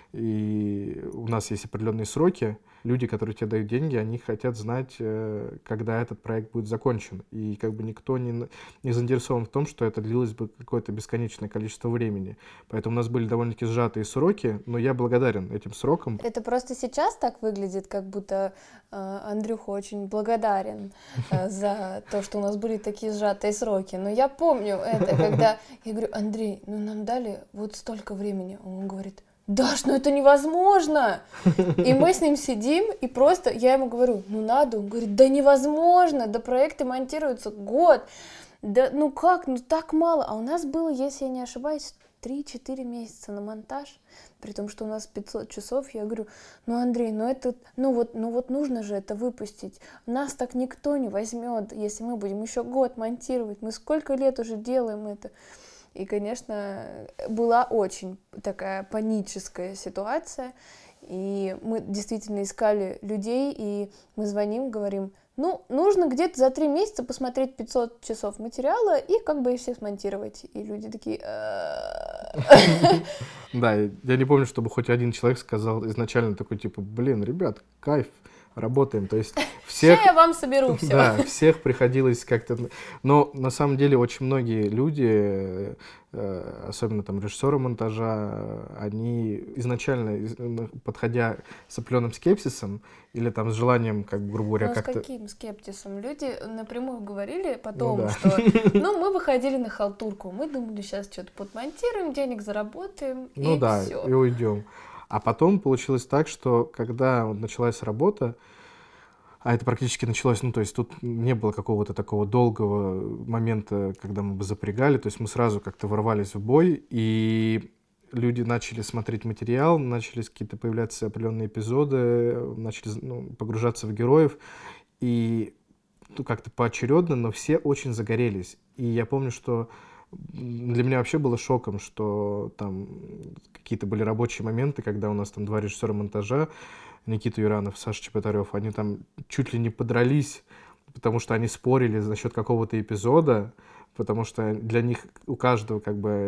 [SPEAKER 3] и у нас есть определенные сроки, люди, которые тебе дают деньги, они хотят знать, когда этот проект будет закончен. И никто не заинтересован в том, что это длилось бы какое-то бесконечное количество времени. Поэтому у нас были довольно-таки сжатые сроки, но я благодарен этим срокам.
[SPEAKER 2] Это просто сейчас так выглядит, как будто Андрюха очень благодарен за то, что у нас были такие сжатые сроки. Но я помню это, когда я говорю: Андрей, нам дали вот столько времени. Он говорит: Даш, это невозможно! И мы с ним сидим, и просто я ему говорю: надо. Он говорит: да невозможно, да проекты монтируются год. Да как, так мало. А у нас было, если я не ошибаюсь, 3-4 месяца на монтаж, при том, что у нас 500 часов. Я говорю: Андрей, это, нужно же это выпустить. Нас так никто не возьмет, если мы будем еще год монтировать. Мы сколько лет уже делаем это. И, конечно, была очень такая паническая ситуация, и мы действительно искали людей, и мы звоним, говорим: нужно где-то за 3 месяца посмотреть 500 часов материала и и всех смонтировать. И люди такие...
[SPEAKER 3] Да, я не помню, чтобы хоть один человек сказал изначально такой, ребят, кайф, работаем. То есть всех...
[SPEAKER 2] Сейчас я вам соберу все.
[SPEAKER 3] Да, всех приходилось как-то... Но на самом деле очень многие люди, особенно там режиссеры монтажа, они изначально, подходя с определенным скепсисом или там с желанием, грубо говоря, как-то...
[SPEAKER 2] с каким скепсисом? Люди напрямую говорили потом, что мы выходили на халтурку, мы думали, сейчас что-то подмонтируем, денег заработаем, и все.
[SPEAKER 3] И уйдем. А потом получилось так, что когда началась работа, а это практически началось, то есть тут не было какого-то такого долгого момента, когда мы бы запрягали, то есть мы сразу как-то ворвались в бой, и люди начали смотреть материал, начались какие-то появляться определенные эпизоды, начали погружаться в героев, и как-то поочередно, но все очень загорелись. И я помню, что для меня вообще было шоком, что там какие-то были рабочие моменты, когда у нас там 2 режиссера монтажа, Никита Юранов, Саша Чеботарев, они там чуть ли не подрались, потому что они спорили за счет какого-то эпизода, потому что для них у каждого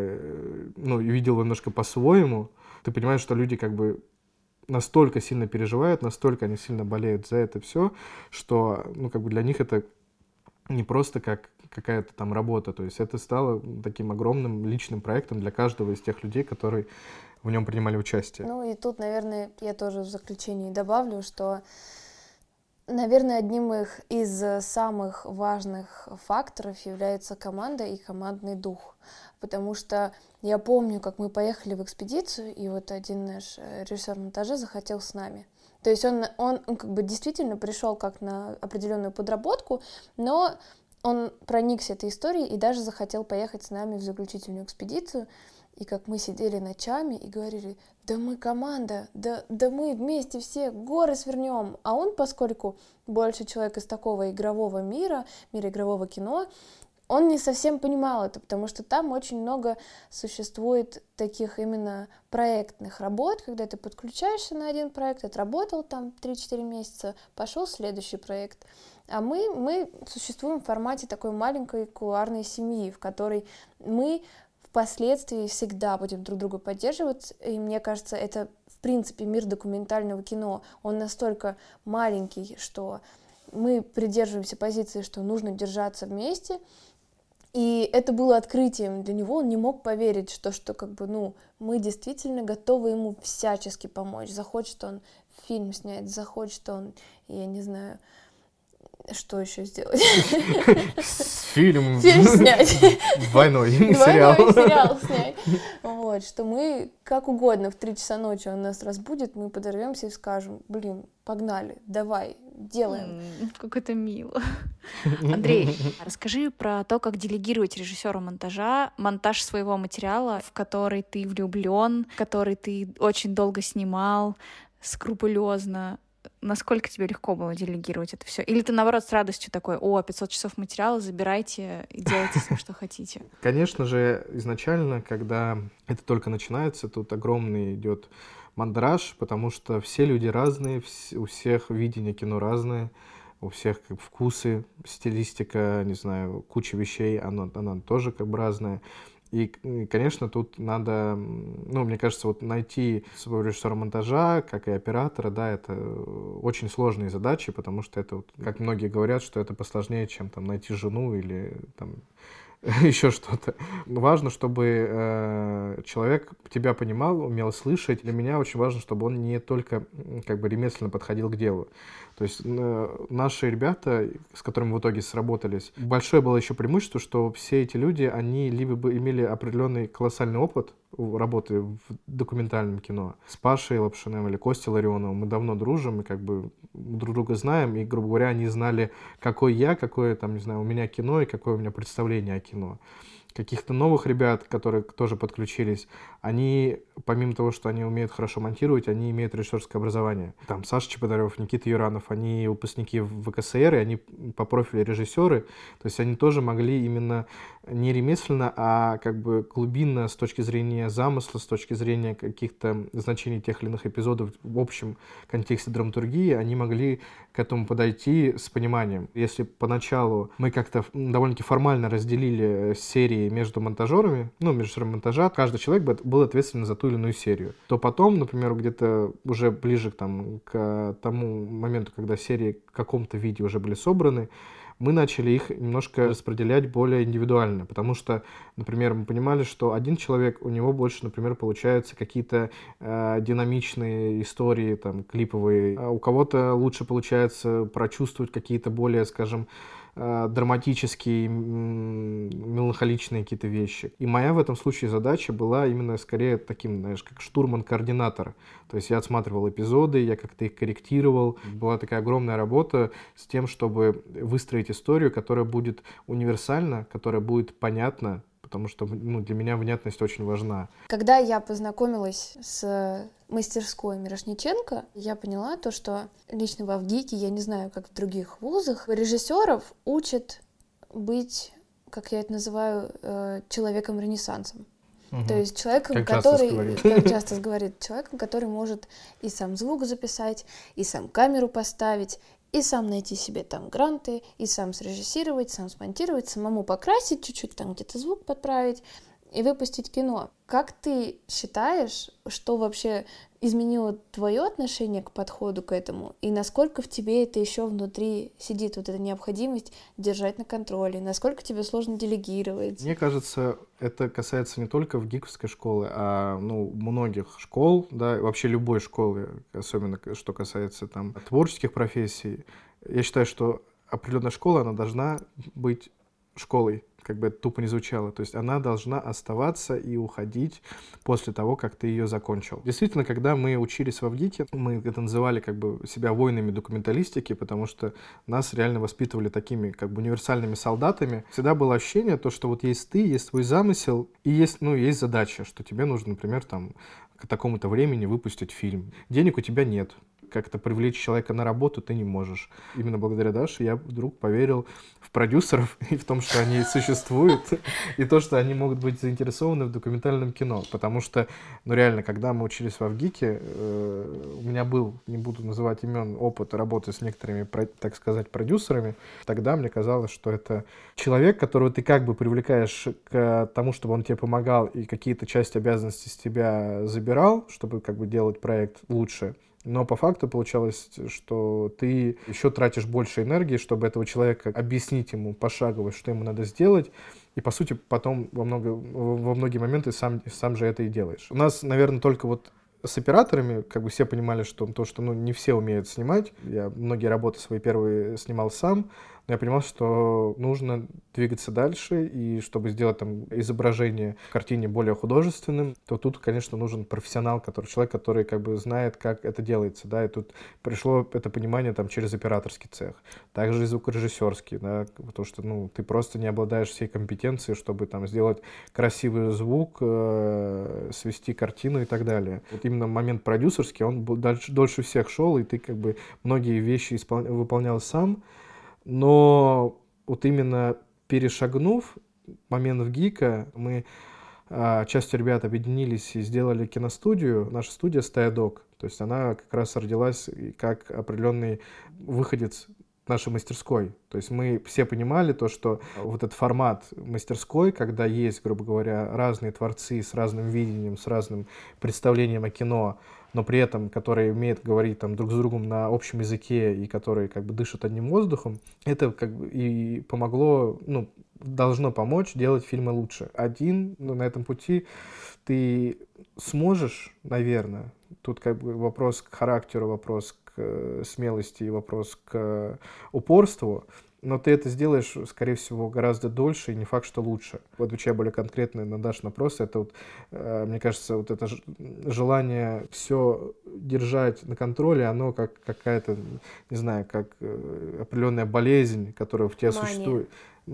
[SPEAKER 3] видел немножко по-своему. Ты понимаешь, что люди настолько сильно переживают, настолько они сильно болеют за это все, что для них это не просто как какая-то там работа, то есть это стало таким огромным личным проектом для каждого из тех людей, которые в нем принимали участие.
[SPEAKER 2] И тут, наверное, я тоже в заключении добавлю, что, наверное, одним из самых важных факторов является команда и командный дух, потому что я помню, как мы поехали в экспедицию, и вот один наш режиссер монтажа захотел с нами. То есть он действительно пришел как на определенную подработку, но он проникся этой историей и даже захотел поехать с нами в заключительную экспедицию. И как мы сидели ночами и говорили: да мы команда, да мы вместе все горы свернем. А он, поскольку больше человек из такого игрового мира игрового кино, он не совсем понимал это, потому что там очень много существует таких именно проектных работ, когда ты подключаешься на один проект, отработал там 3-4 месяца, пошел следующий проект. А мы существуем в формате такой маленькой кулуарной семьи, в которой мы впоследствии всегда будем друг друга поддерживать, и мне кажется, это в принципе мир документального кино, он настолько маленький, что мы придерживаемся позиции, что нужно держаться вместе. И это было открытием для него, он не мог поверить, что как бы, ну, мы действительно готовы ему всячески помочь. Захочет он фильм снять, захочет он, я не знаю, что еще сделать.
[SPEAKER 3] Фильм
[SPEAKER 2] снять.
[SPEAKER 3] Двойной сериал
[SPEAKER 2] снять. Вот, что мы как угодно в 3 часа ночи он нас разбудит, мы подорвемся и скажем, блин, погнали, давай, делаем.
[SPEAKER 1] Как это мило. Андрей, расскажи про то, как делегировать режиссеру монтажа монтаж своего материала, в который ты влюблен, который ты очень долго снимал, скрупулезно. Насколько тебе легко было делегировать это все? Или ты, наоборот, с радостью такой: 500 часов материала, забирайте и делайте с ним, что хотите?
[SPEAKER 3] Конечно же, изначально, когда это только начинается, тут огромный идет мандраж, потому что все люди разные, у всех видение кино разное, у всех как вкусы, стилистика, не знаю, куча вещей, она тоже как бы разная. И, конечно, тут надо, мне кажется, вот найти своего режиссера монтажа, как и оператора, да, это очень сложные задачи, потому что это, вот, как многие говорят, что это посложнее, чем там найти жену или там еще что-то. Важно, чтобы человек тебя понимал, умел слышать. Для меня очень важно, чтобы он не только как бы ремесленно подходил к делу. То есть наши ребята, с которыми в итоге сработались, большое было еще преимущество, что все эти люди, они либо бы имели определенный колоссальный опыт работы в документальном кино. С Пашей Лапшиным или Костей Ларионовым мы давно дружим, и как бы друг друга знаем, и, грубо говоря, они знали, какое там, не знаю, у меня кино и какое у меня представление о кино. Каких-то новых ребят, которые тоже подключились, они, помимо того, что они умеют хорошо монтировать, они имеют режиссерское образование. Там Саша Чеботарев, Никита Юранов, они выпускники ВКСР, и они по профилю режиссеры, то есть они тоже могли именно не ремесленно, а как бы глубинно с точки зрения замысла, с точки зрения каких-то значений тех или иных эпизодов в общем контексте драматургии, они могли к этому подойти с пониманием. Если поначалу мы как-то довольно-таки формально разделили серии между монтажерами, между монтажа, каждый человек был ответственен за ту или иную серию, то потом, например, где-то уже ближе к тому моменту, когда серии в каком-то виде уже были собраны, мы начали их немножко распределять более индивидуально, потому что, например, мы понимали, что один человек, у него больше, например, получаются какие-то динамичные истории, там, клиповые, а у кого-то лучше получается прочувствовать какие-то более, скажем, драматические, меланхоличные какие-то вещи. И моя в этом случае задача была именно скорее таким, знаешь, как штурман-координатор. То есть я отсматривал эпизоды, я как-то их корректировал. Была такая огромная работа с тем, чтобы выстроить историю, которая будет универсальна, которая будет понятна, потому что для меня внятность очень важна.
[SPEAKER 2] Когда я познакомилась с мастерской Мирошниченко, я поняла то, что лично в Авгике, я не знаю, как в других вузах, режиссеров учат быть, как я это называю, человеком-ренессансом. То есть человеком, который, как часто говорит, человеком, который может и сам звук записать, и сам камеру поставить, и сам найти себе там гранты, и сам срежиссировать, сам смонтировать, самому покрасить чуть-чуть, там где-то звук подправить и выпустить кино. Как ты считаешь, что вообще изменило твое отношение к подходу к этому? И насколько в тебе это еще внутри сидит, вот эта необходимость держать на контроле? Насколько тебе сложно делегировать?
[SPEAKER 3] Мне кажется, это касается не только в ГИКовской школе, а многих школ, да, вообще любой школы, особенно что касается там творческих профессий. Я считаю, что определенная школа, она должна быть школой, как бы это тупо не звучало. То есть она должна оставаться и уходить после того, как ты ее закончил. Действительно, когда мы учились в Авгике, мы это называли как бы себя воинами документалистики, потому что нас реально воспитывали такими как бы универсальными солдатами. Всегда было ощущение, то, что вот есть ты, есть твой замысел, и есть задача, что тебе нужно, например, там, к такому-то времени выпустить фильм. Денег у тебя нет. как-то привлечь человека на работу ты не можешь. Именно благодаря Даше я вдруг поверил в продюсеров и в том, что они существуют, и то, что они могут быть заинтересованы в документальном кино. Потому что, ну реально, когда мы учились в Авгике, у меня был, не буду называть имен, опыт работы с некоторыми, так сказать, продюсерами. Тогда мне казалось, что это человек, которого ты как бы привлекаешь к тому, чтобы он тебе помогал и какие-то части обязанностей с тебя забирал, чтобы как бы делать проект лучше. Но по факту получалось, что ты еще тратишь больше энергии, чтобы этого человека объяснить ему пошагово, что ему надо сделать. И, по сути, потом во многие моменты сам же это и делаешь. У нас, наверное, только вот с операторами, как бы все понимали, что не все умеют снимать. Я многие работы свои первые снимал сам, но я понимал, что нужно двигаться дальше, и чтобы сделать там изображение в картине более художественным, то тут, конечно, нужен профессионал, человек, который как бы знает, как это делается, да, и тут пришло это понимание там через операторский цех, также и звукорежиссерский, да, потому что, ты просто не обладаешь всей компетенцией, чтобы там сделать красивый звук, свести картину и так далее. Вот именно момент продюсерский, он дольше всех шел, и ты как бы многие вещи выполнял сам. Но вот именно перешагнув момент в ГИКа, мы частью ребят объединились и сделали киностудию. Наша студия «Стаядок». То есть она как раз родилась как определенный выходец нашей мастерской. То есть мы все понимали то, что вот этот формат мастерской, когда есть, грубо говоря, разные творцы с разным видением, с разным представлением о кино, но при этом, которые умеют говорить там друг с другом на общем языке и которые как бы дышат одним воздухом, это как бы и помогло, должно помочь делать фильмы лучше. На этом пути ты сможешь, наверное, тут как бы вопрос к характеру, вопрос к смелости и вопрос к упорству, но ты это сделаешь, скорее всего, гораздо дольше, и не факт, что лучше. Отвечая более конкретно на Даш вопрос, это вот, мне кажется, вот это желание все держать на контроле, оно как какая-то, не знаю, как определенная болезнь, которая в тебе существует.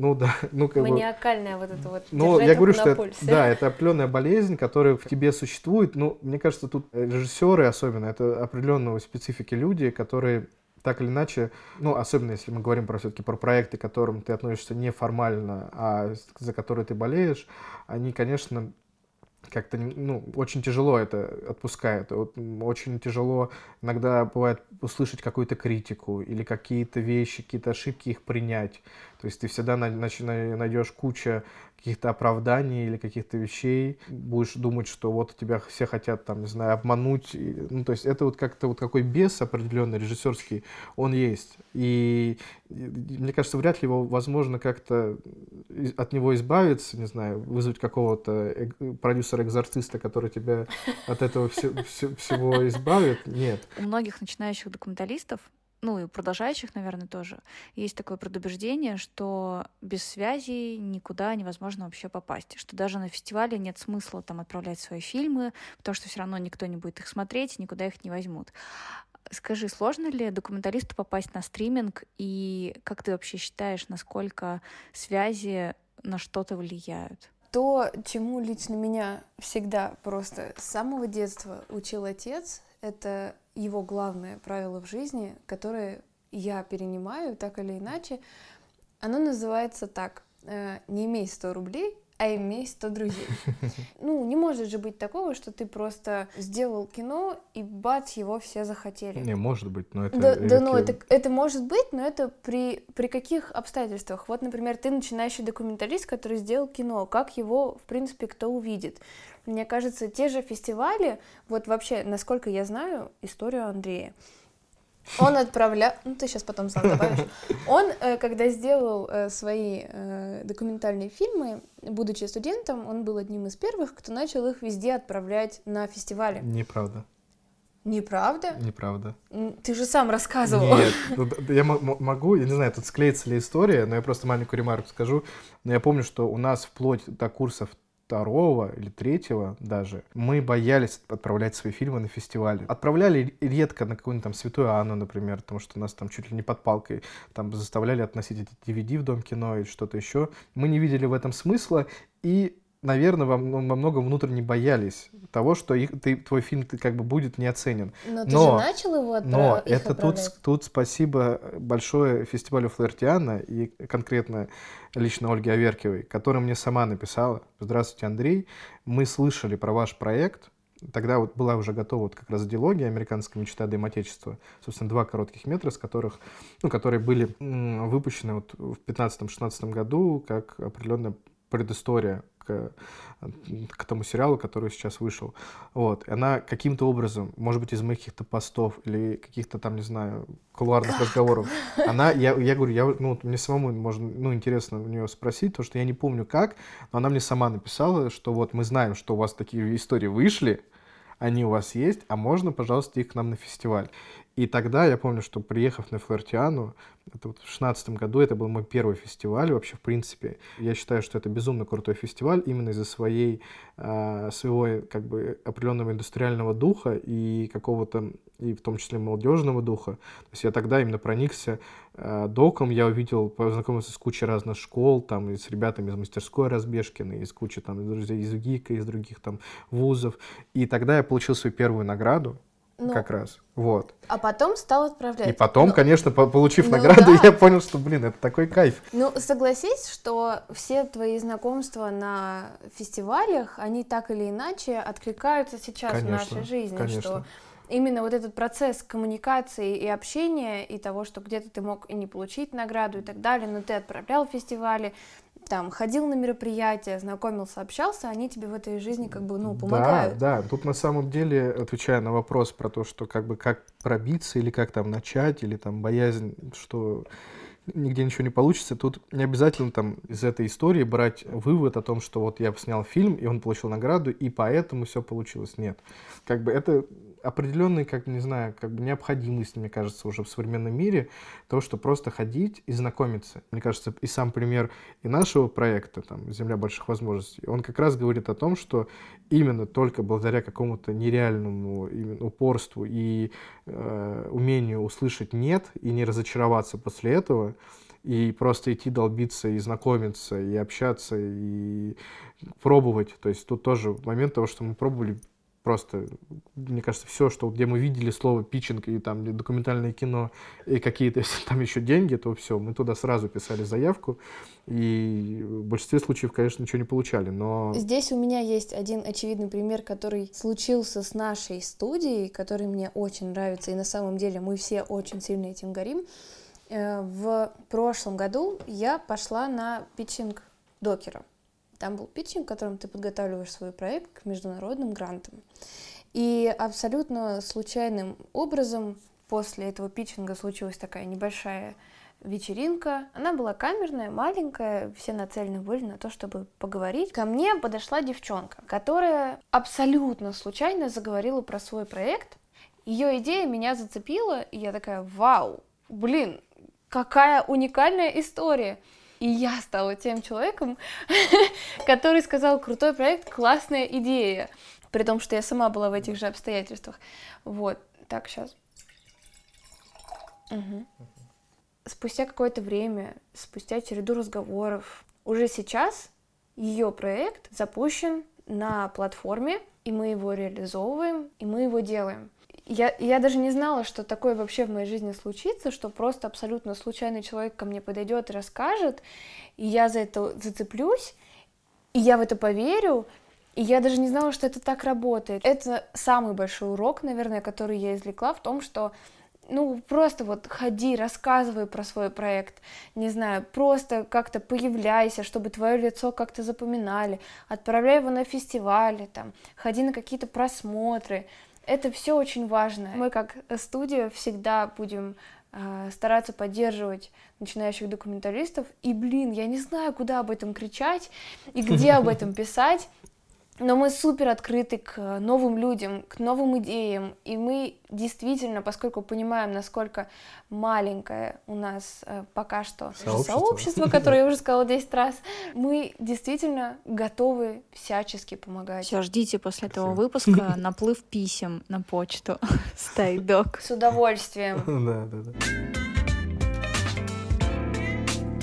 [SPEAKER 2] Маниакальная вот эта вот.
[SPEAKER 3] Я говорю, что это определенная болезнь, которая в тебе существует. Мне кажется, тут режиссеры особенно, это определенного специфики люди, которые так или иначе, особенно если мы говорим все-таки про проекты, к которым ты относишься неформально, а за которые ты болеешь, они, конечно, как-то, очень тяжело это отпускает. Вот очень тяжело иногда бывает услышать какую-то критику или какие-то вещи, какие-то ошибки, их принять. То есть ты всегда найдешь кучу каких-то оправданий или каких-то вещей, будешь думать, что вот тебя все хотят, там, не знаю, обмануть. То есть это вот как-то вот какой бес определенный режиссерский, он есть. И мне кажется, вряд ли его возможно как-то от него избавиться, не знаю, вызвать какого-то продюсера-экзорциста, который тебя от этого всего избавит. Нет.
[SPEAKER 1] У многих начинающих документалистов, и продолжающих, наверное, тоже, есть такое предубеждение, что без связи никуда невозможно вообще попасть, что даже на фестивале нет смысла там отправлять свои фильмы, потому что все равно никто не будет их смотреть, никуда их не возьмут. Скажи, сложно ли документалисту попасть на стриминг, и как ты вообще считаешь, насколько связи на что-то влияют?
[SPEAKER 2] То, чему лично меня всегда просто с самого детства учил отец, это его главное правило в жизни, которое я перенимаю так или иначе. Оно называется так: не имей 100 рублей, а имей 100 друзей. Не может же быть такого, что ты просто сделал кино, и бац, его все захотели.
[SPEAKER 3] Не, может быть, но это...
[SPEAKER 2] Это может быть, но это при каких обстоятельствах? Вот, например, ты начинающий документалист, который сделал кино, как его, в принципе, кто увидит? Мне кажется, те же фестивали, вот вообще, насколько я знаю историю Андрея, он отправлял... ты сейчас потом сам добавишь. Он, когда сделал свои документальные фильмы, будучи студентом, он был одним из первых, кто начал их везде отправлять на фестивали.
[SPEAKER 3] Неправда.
[SPEAKER 2] Неправда?
[SPEAKER 3] Неправда.
[SPEAKER 2] Ты же сам рассказывал.
[SPEAKER 3] Нет, я могу, я не знаю, тут склеится ли история, но я просто маленькую ремарку скажу. Но я помню, что у нас вплоть до курсов 2 или 3 даже, мы боялись отправлять свои фильмы на фестивали. Отправляли редко на какую-нибудь там Святую Анну, например, потому что нас там чуть ли не под палкой там заставляли относить эти DVD в Дом кино или что-то еще. Мы не видели в этом смысла, и наверное, во многом внутренне боялись того, что твой фильм как бы будет не оценен.
[SPEAKER 2] Но ты же начал его отправлять?
[SPEAKER 3] Но это тут спасибо большое фестивалю Флаертиана и конкретно лично Ольге Аверкиевой, которая мне сама написала: «Здравствуйте, Андрей, мы слышали про ваш проект». Тогда вот была уже готова вот как раз дилогия «Американская мечта Дым Отечества». Собственно, 2 коротких метра, которые были выпущены вот в 15-16 году как определенная предыстория к тому сериалу, который сейчас вышел. Вот. И она каким-то образом, может быть, из моих каких-то постов или каких-то там, не знаю, кулуарных разговоров, я говорю, мне самому можно, интересно у нее спросить, потому что я не помню как, но она мне сама написала, что вот мы знаем, что у вас такие истории вышли, они у вас есть, а можно, пожалуйста, их к нам на фестиваль. И тогда я помню, что приехав на Флаертиану, это вот в 2016 году, это был мой первый фестиваль вообще, в принципе. Я считаю, что это безумно крутой фестиваль именно из-за своего как бы определенного индустриального духа и какого-то, и в том числе молодежного духа. То есть я тогда именно проникся доком, я увидел, познакомился с кучей разных школ, там, и с ребятами из мастерской Разбежкина, и с кучей там друзей из ГИКа, из других там вузов. И тогда я получил свою первую награду. Как раз, вот.
[SPEAKER 2] А потом стал отправлять.
[SPEAKER 3] И потом, конечно, получив награду, я понял, что, это такой кайф.
[SPEAKER 2] Согласись, что все твои знакомства на фестивалях, они так или иначе откликаются сейчас в нашей жизни. Конечно. Что именно вот этот процесс коммуникации и общения, и того, что где-то ты мог и не получить награду и так далее, но ты отправлял фестивали, там, ходил на мероприятия, знакомился, общался, они тебе в этой жизни как бы, помогают.
[SPEAKER 3] Да, тут на самом деле, отвечая на вопрос про то, что как пробиться или как там начать, или там боязнь, что нигде ничего не получится, тут не обязательно там из этой истории брать вывод о том, что вот я снял фильм, и он получил награду, и поэтому все получилось. Нет. Это определенная, необходимость, мне кажется, уже в современном мире, то, что просто ходить и знакомиться. Мне кажется, и сам пример и нашего проекта, там, «Земля больших возможностей», он как раз говорит о том, что именно только благодаря какому-то нереальному упорству и умению услышать «нет» и не разочароваться после этого, и просто идти долбиться, и знакомиться, и общаться, и пробовать. То есть тут тоже момент того, что мы пробовали просто, мне кажется, все, где мы видели слово питчинг и там документальное кино и какие-то там еще деньги, то все, мы туда сразу писали заявку, и в большинстве случаев, конечно, ничего не получали, но...
[SPEAKER 2] Здесь у меня есть один очевидный пример, который случился с нашей студией, который мне очень нравится, и на самом деле мы все очень сильно этим горим. В прошлом году я пошла на питчинг докера. Там был питчинг, в котором ты подготавливаешь свой проект к международным грантам. И абсолютно случайным образом после этого питчинга случилась такая небольшая вечеринка. Она была камерная, маленькая, все нацелены были на то, чтобы поговорить. Ко мне подошла девчонка, которая абсолютно случайно заговорила про свой проект. Ее идея меня зацепила, и я такая: вау, какая уникальная история. И я стала тем человеком, который сказал: крутой проект, классная идея. При том, что я сама была в этих же обстоятельствах. Вот, так, сейчас. Угу. Спустя какое-то время, спустя череду разговоров, уже сейчас ее проект запущен на платформе, и мы его реализовываем, и мы его делаем. Я даже не знала, что такое вообще в моей жизни случится, что просто абсолютно случайный человек ко мне подойдет и расскажет, и я за это зацеплюсь, и я в это поверю, и я даже не знала, что это так работает. Это самый большой урок, наверное, который я извлекла в том, что просто вот ходи, рассказывай про свой проект, не знаю, просто как-то появляйся, чтобы твое лицо как-то запоминали, отправляй его на фестивали, там, ходи на какие-то просмотры. Это все очень важно. Мы как студия всегда будем стараться поддерживать начинающих документалистов. И, я не знаю, куда об этом кричать и где об этом писать, но мы супер открыты к новым людям, к новым идеям. И мы действительно, поскольку понимаем, насколько маленькое у нас пока что сообщество, которое я уже сказала 10 раз, мы действительно готовы всячески помогать.
[SPEAKER 1] Все, ждите после этого выпуска наплыв писем на почту Стайдок.
[SPEAKER 2] С удовольствием.
[SPEAKER 3] Да.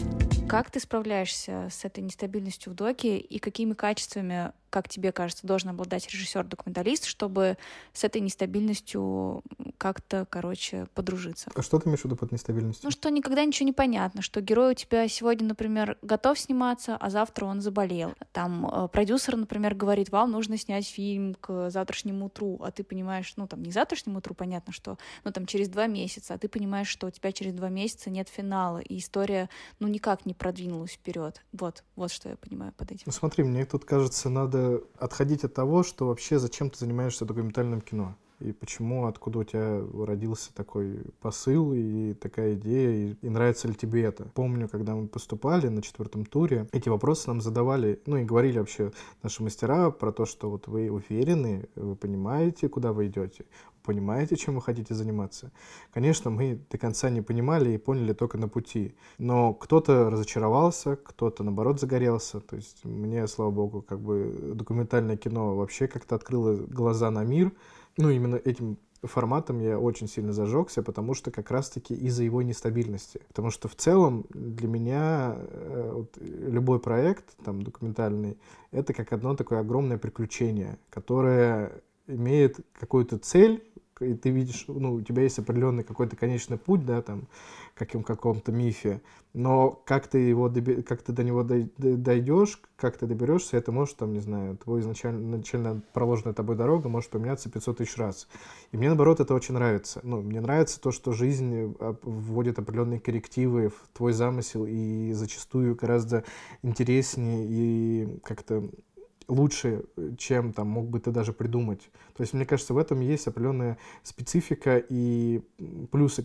[SPEAKER 1] Как ты справляешься с этой нестабильностью в доке и какими качествами, как тебе кажется, должен обладать режиссер-документалист, чтобы с этой нестабильностью как-то, подружиться?
[SPEAKER 3] А что ты имеешь в виду под нестабильностью?
[SPEAKER 1] Ну, что никогда ничего не понятно, что герой у тебя сегодня, например, готов сниматься, а завтра он заболел. Там продюсер, например, говорит, вам нужно снять фильм к завтрашнему утру, а ты понимаешь, не завтрашнему утру, понятно, что, через 2 месяца, а ты понимаешь, что у тебя через 2 месяца нет финала, и история, никак не продвинулась вперед. Вот что я понимаю под этим.
[SPEAKER 3] Смотри, мне тут кажется, надо отходить от того, что вообще зачем ты занимаешься документальным кино. И почему, откуда у тебя родился такой посыл и такая идея, и нравится ли тебе это. Помню, когда мы поступали на 4-м туре, эти вопросы нам задавали, и говорили вообще наши мастера про то, что вот вы уверены, вы понимаете, куда вы идете, понимаете, чем вы хотите заниматься. Конечно, мы до конца не понимали и поняли только на пути. Но кто-то разочаровался, кто-то, наоборот, загорелся. То есть мне, слава богу, документальное кино вообще как-то открыло глаза на мир. Именно этим форматом я очень сильно зажегся, потому что как раз-таки из-за его нестабильности. Потому что в целом для меня любой проект документальный — это как одно такое огромное приключение, которое имеет какую-то цель, и ты видишь, у тебя есть определенный какой-то конечный путь, как в каком-то мифе, но как ты до него дойдешь, как ты доберешься, это может, твой изначально проложенная тобой дорога может поменяться 500 тысяч раз. И мне, наоборот, это очень нравится. Мне нравится то, что жизнь вводит определенные коррективы в твой замысел, и зачастую гораздо интереснее и как-то лучше, чем мог бы ты даже придумать. То есть, мне кажется, в этом есть определенная специфика и плюс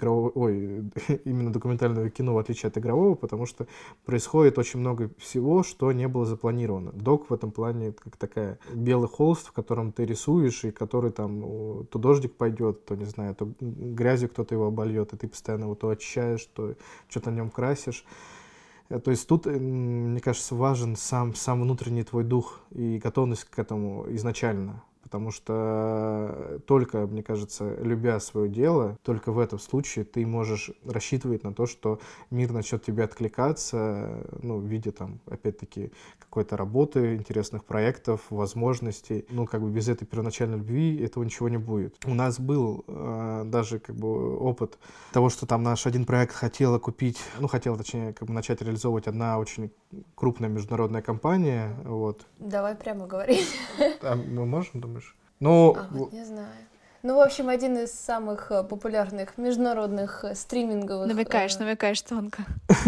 [SPEAKER 3] именно документального кино, в отличие от игрового, потому что происходит очень много всего, что не было запланировано. Док в этом плане как такая белый холст, в котором ты рисуешь, и который то дождик пойдет, то, то грязью кто-то его обольет, и ты постоянно его то очищаешь, то что-то на нем красишь. То есть тут, мне кажется, важен сам внутренний твой дух и готовность к этому изначально. Потому что только, мне кажется, любя свое дело, только в этом случае ты можешь рассчитывать на то, что мир начнет тебе откликаться, в виде, опять-таки, какой-то работы, интересных проектов, возможностей. Без этой первоначальной любви этого ничего не будет. У нас был даже, опыт того, что наш один проект хотела начать реализовывать одна очень крупная международная компания. Вот.
[SPEAKER 2] Давай прямо говорить.
[SPEAKER 3] А мы можем, думаешь?
[SPEAKER 2] Не знаю. В общем, один из самых популярных международных стриминговых...
[SPEAKER 1] Намекаешь тонко.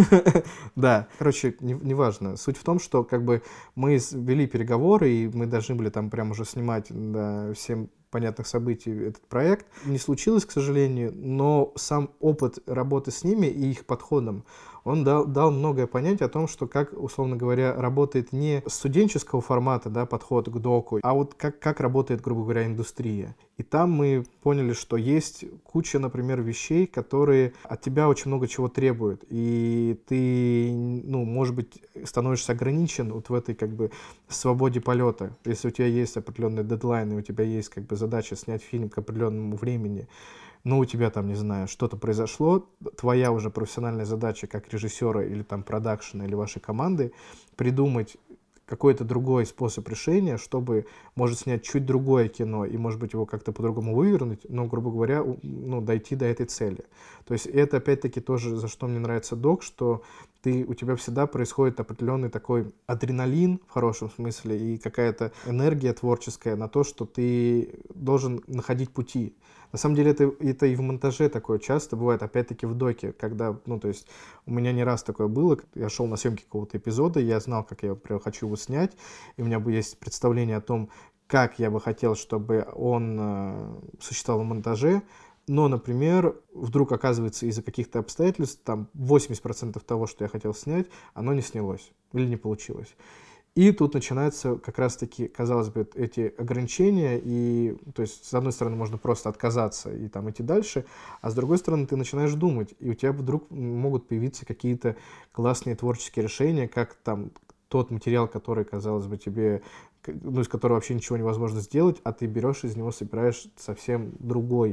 [SPEAKER 3] Да, неважно. Суть в том, что мы вели переговоры, и мы должны были прям уже снимать всем понятных событий этот проект. Не случилось, к сожалению, но сам опыт работы с ними и их подходом, он дал многое понять о том, что как, условно говоря, работает не студенческого формата, подход к доку, а вот как работает, грубо говоря, индустрия. И там мы поняли, что есть куча, например, вещей, которые от тебя очень много чего требуют. И ты, может быть, становишься ограничен в этой свободе полета. Если у тебя есть определенные дедлайны, у тебя есть задача снять фильм к определенному времени, у тебя что-то произошло, твоя уже профессиональная задача как режиссера или продакшена или вашей команды придумать какой-то другой способ решения, чтобы, может, снять чуть другое кино и, может быть, его как-то по-другому вывернуть, но, грубо говоря, дойти до этой цели. То есть это, опять-таки, тоже, за что мне нравится док, что у тебя всегда происходит определенный такой адреналин, в хорошем смысле, и какая-то энергия творческая на то, что ты должен находить пути. На самом деле это и в монтаже такое часто бывает, опять-таки в доке, когда, то есть у меня не раз такое было, я шел на съемки какого-то эпизода, я знал, как я хочу его снять, и у меня есть представление о том, как я бы хотел, чтобы он существовал в монтаже, но, например, вдруг оказывается из-за каких-то обстоятельств, 80% того, что я хотел снять, оно не снялось или не получилось. И тут начинаются как раз-таки, казалось бы, эти ограничения, и, то есть, с одной стороны, можно просто отказаться и идти дальше, а с другой стороны, ты начинаешь думать, и у тебя вдруг могут появиться какие-то классные творческие решения, как тот материал, который, казалось бы, тебе, из которого вообще ничего невозможно сделать, а ты берешь из него, собираешь совсем другой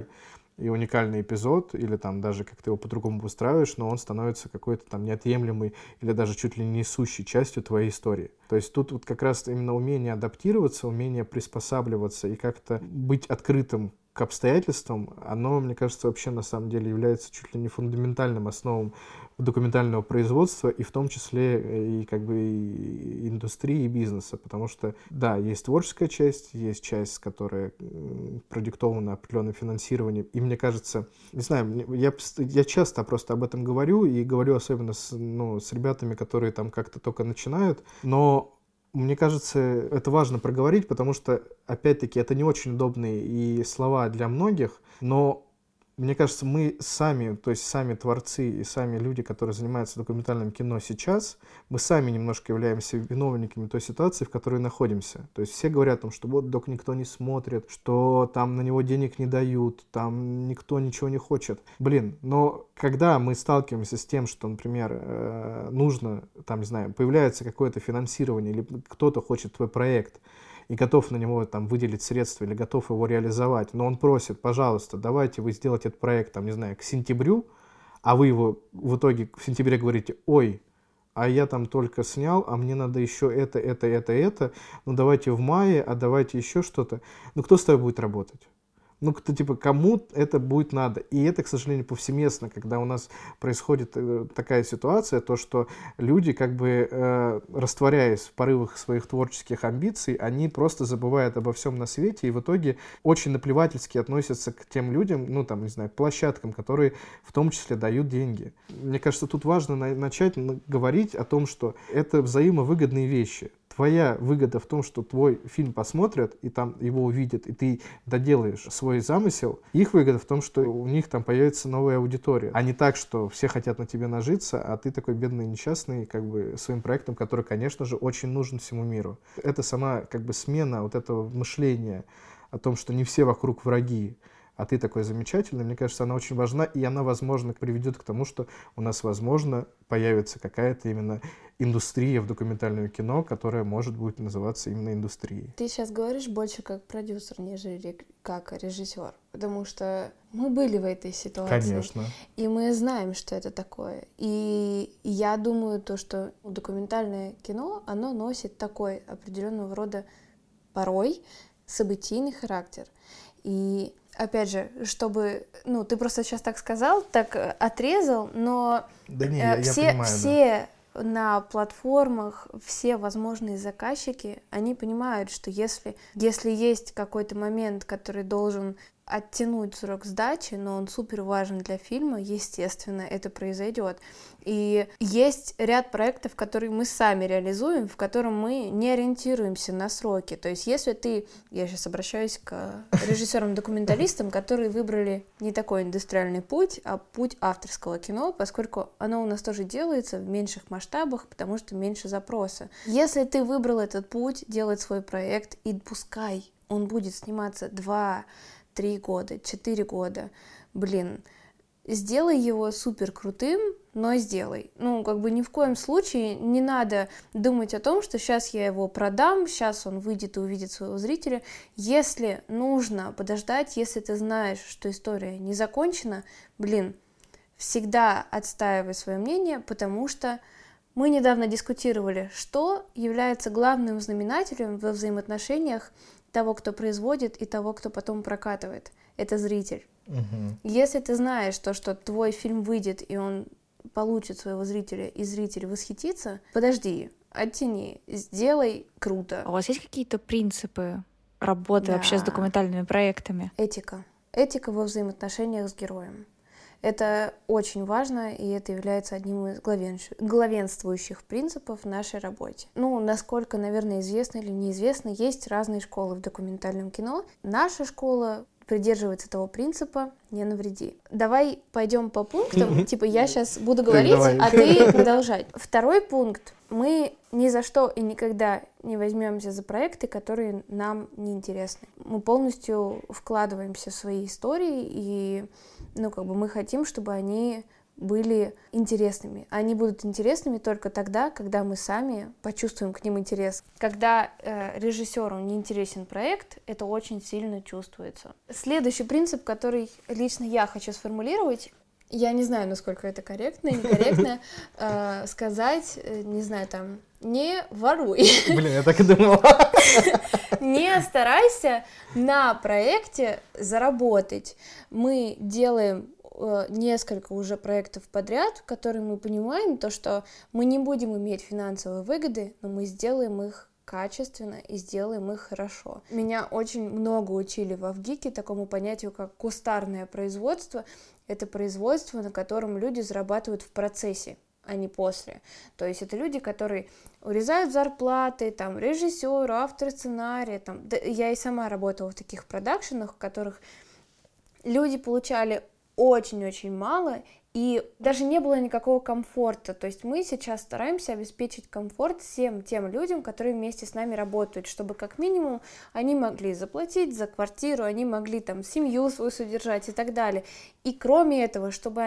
[SPEAKER 3] и уникальный эпизод, или там даже как ты его по-другому выстраиваешь, но он становится какой-то там неотъемлемой или даже чуть ли не несущей частью твоей истории. То есть тут вот как раз именно умение адаптироваться, умение приспосабливаться и как-то быть открытым к обстоятельствам, оно, мне кажется, вообще на самом деле является чуть ли не фундаментальным основам документального производства, и в том числе и как бы и индустрии, и бизнеса, потому что, да, есть творческая часть, есть часть, которая продиктована определенным финансированием, и мне кажется, не знаю, я часто просто об этом говорю, и говорю особенно с ребятами, которые там как-то только начинают, но мне кажется, это важно проговорить, потому что, опять-таки, это не очень удобные и слова для многих, но мне кажется, мы сами, то есть сами творцы и сами люди, которые занимаются документальным кино сейчас, мы сами немножко являемся виновниками той ситуации, в которой находимся. То есть все говорят о том, что вот док никто не смотрит, что там на него денег не дают, там никто ничего не хочет. Блин, но когда мы сталкиваемся с тем, что, например, нужно, там, не знаю, появляется какое-то финансирование или кто-то хочет твой проект, и готов на него там выделить средства или готов его реализовать, но он просит, пожалуйста, давайте вы сделаете этот проект, там, не знаю, к сентябрю, а вы его в итоге в сентябре говорите, ой, а я там только снял, а мне надо еще это, ну давайте в мае, а давайте еще что-то. Ну кто с тобой будет работать? Ну, типа, кому это будет надо. И это, к сожалению, повсеместно, когда у нас происходит такая ситуация, то, что люди, как бы, растворяясь в порывах своих творческих амбиций, они просто забывают обо всем на свете и в итоге очень наплевательски относятся к тем людям, ну, там, не знаю, площадкам, которые в том числе дают деньги. Мне кажется, тут важно начать говорить о том, что это взаимовыгодные вещи. Твоя выгода в том, что твой фильм посмотрят, и там его увидят, и ты доделаешь свой замысел. Их выгода в том, что у них там появится новая аудитория. А не так, что все хотят на тебе нажиться, а ты такой бедный несчастный, как бы, своим проектом, который, конечно же, очень нужен всему миру. Это сама, как бы, смена вот этого мышления о том, что не все вокруг враги, а ты такой замечательный, мне кажется, она очень важна, и она, возможно, приведет к тому, что у нас, возможно, появится какая-то именно индустрия в документальном кино, которая может будет называться именно индустрией.
[SPEAKER 2] Ты сейчас говоришь больше как продюсер, нежели как режиссер, потому что мы были в этой ситуации.
[SPEAKER 3] Конечно.
[SPEAKER 2] И мы знаем, что это такое. И я думаю, то, что документальное кино, оно носит такой определенного рода порой событийный характер. И опять же, чтобы, ну, ты просто сейчас так сказал, так отрезал, но
[SPEAKER 3] да не, я понимаю,
[SPEAKER 2] все на платформах, все возможные заказчики, они понимают, что если есть какой-то момент, который должен оттянуть срок сдачи, но он супер важен для фильма, естественно, это произойдет. И есть ряд проектов, которые мы сами реализуем, в котором мы не ориентируемся на сроки. То есть если я сейчас обращаюсь к режиссерам-документалистам, которые выбрали не такой индустриальный путь, а путь авторского кино, поскольку оно у нас тоже делается в меньших масштабах, потому что меньше запроса. Если ты выбрал этот путь, делать свой проект, и пускай он будет сниматься 2, 3 года, 4 года, блин, сделай его супер крутым, но сделай. Ну, как бы ни в коем случае не надо думать о том, что сейчас я его продам, сейчас он выйдет и увидит своего зрителя. Если нужно подождать, если ты знаешь, что история не закончена, блин, всегда отстаивай свое мнение, потому что мы недавно дискутировали, что является главным знаменателем во взаимоотношениях того, кто производит, и того, кто потом прокатывает. Это зритель.
[SPEAKER 3] Угу.
[SPEAKER 2] Если ты знаешь то, что твой фильм выйдет, и он получит своего зрителя, и зритель восхитится, подожди, оттяни, сделай круто.
[SPEAKER 1] А у вас есть какие-то принципы работы вообще с документальными проектами?
[SPEAKER 2] Этика. Этика во взаимоотношениях с героем. Это очень важно, и это является одним из главенствующих принципов в нашей работе. Ну, насколько, наверное, известно или неизвестно, есть разные школы в документальном кино. Наша школа придерживается того принципа «не навреди». Давай пойдем по пунктам, типа я сейчас буду говорить, а ты продолжать. Второй пункт. Мы ни за что и никогда не возьмемся за проекты, которые нам не интересны. Мы полностью вкладываемся в свои истории, и, ну, как бы мы хотим, чтобы они были интересными. Они будут интересными только тогда, когда мы сами почувствуем к ним интерес. Когда режиссеру не интересен проект, это очень сильно чувствуется. Следующий принцип, который лично я хочу сформулировать, я не знаю, насколько это корректно, некорректно, сказать, не знаю, там, не воруй.
[SPEAKER 3] Блин, я так и думала.
[SPEAKER 2] Не старайся на проекте заработать. Мы делаем несколько уже проектов подряд, которые мы понимаем, то, что мы не будем иметь финансовые выгоды, но мы сделаем их качественно и сделаем их хорошо. Меня очень много учили в Авгике такому понятию, как кустарное производство. Это производство, на котором люди зарабатывают в процессе, а не после. То есть это люди, которые урезают зарплаты, там, режиссеру, автор сценария. Там. Да, я и сама работала в таких продакшенах, в которых люди получали очень-очень мало, и даже не было никакого комфорта. То есть мы сейчас стараемся обеспечить комфорт всем тем людям, которые вместе с нами работают, чтобы как минимум они могли заплатить за квартиру, они могли там семью свою содержать и так далее. И кроме этого, чтобы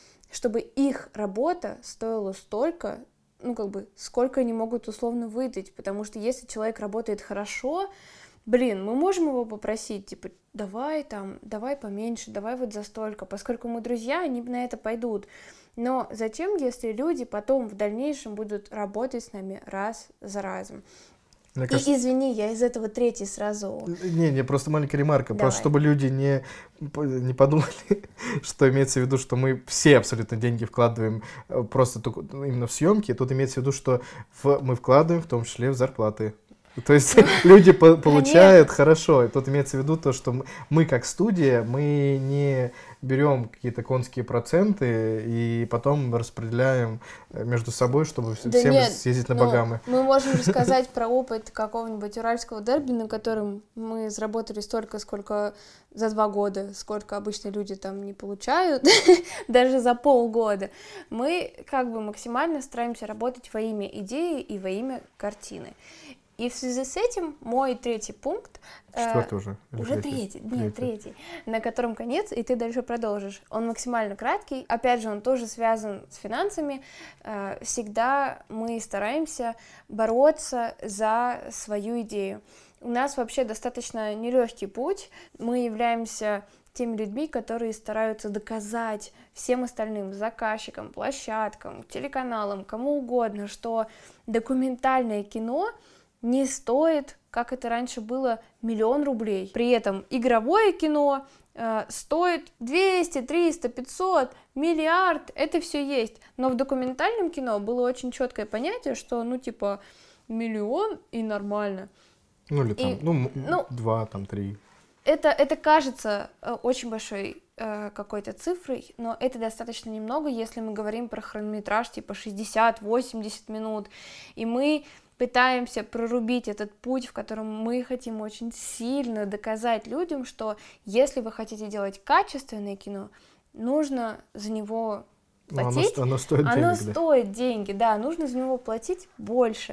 [SPEAKER 2] их работа стоила столько, сколько они могут условно выдать. Потому что если человек работает хорошо, мы можем его попросить, типа, давай поменьше, давай вот за столько, поскольку мы друзья, они на это пойдут. Но зачем, если люди потом в дальнейшем будут работать с нами раз за разом?
[SPEAKER 3] Мне кажется...
[SPEAKER 2] И извини, я из этого третий сразу...
[SPEAKER 3] Не, просто маленькая ремарка,
[SPEAKER 2] Давай.
[SPEAKER 3] просто чтобы люди не подумали, что имеется в виду, что мы все абсолютно деньги вкладываем просто именно в съемки. Тут имеется в виду, что мы вкладываем в том числе в зарплаты. То есть люди получают хорошо. И тут имеется в виду то, что мы как студия, мы не берем какие-то конские проценты и потом распределяем между собой, чтобы всем съездить на Багамы.
[SPEAKER 2] Мы можем рассказать про опыт какого-нибудь уральского дерби, на котором мы заработали столько, сколько за 2 года, сколько обычно люди там не получают, даже за полгода. Мы максимально стараемся работать во имя идеи и во имя картины. И в связи с этим мой третий пункт...
[SPEAKER 3] Четвертый уже?
[SPEAKER 2] Уже третий. Нет, третий. На котором конец, и ты дальше продолжишь. Он максимально краткий. Опять же, он тоже связан с финансами. Всегда мы стараемся бороться за свою идею. У нас вообще достаточно нелегкий путь. Мы являемся теми людьми, которые стараются доказать всем остальным заказчикам, площадкам, телеканалам, кому угодно, что документальное кино не стоит, как это раньше было, 1 000 000 рублей. При этом игровое кино стоит 200, 300, 500, миллиард, это все есть. Но в документальном кино было очень четкое понятие, что, 1 000 000 и нормально.
[SPEAKER 3] Или там, 2, 3.
[SPEAKER 2] Это кажется очень большой какой-то цифрой, но это достаточно немного, если мы говорим про хронометраж типа 60-80 минут. И мы пытаемся прорубить этот путь, в котором мы хотим очень сильно доказать людям, что если вы хотите делать качественное кино, нужно за него платить.
[SPEAKER 3] Оно стоит денег.
[SPEAKER 2] Оно стоит деньги, да, нужно за него платить больше.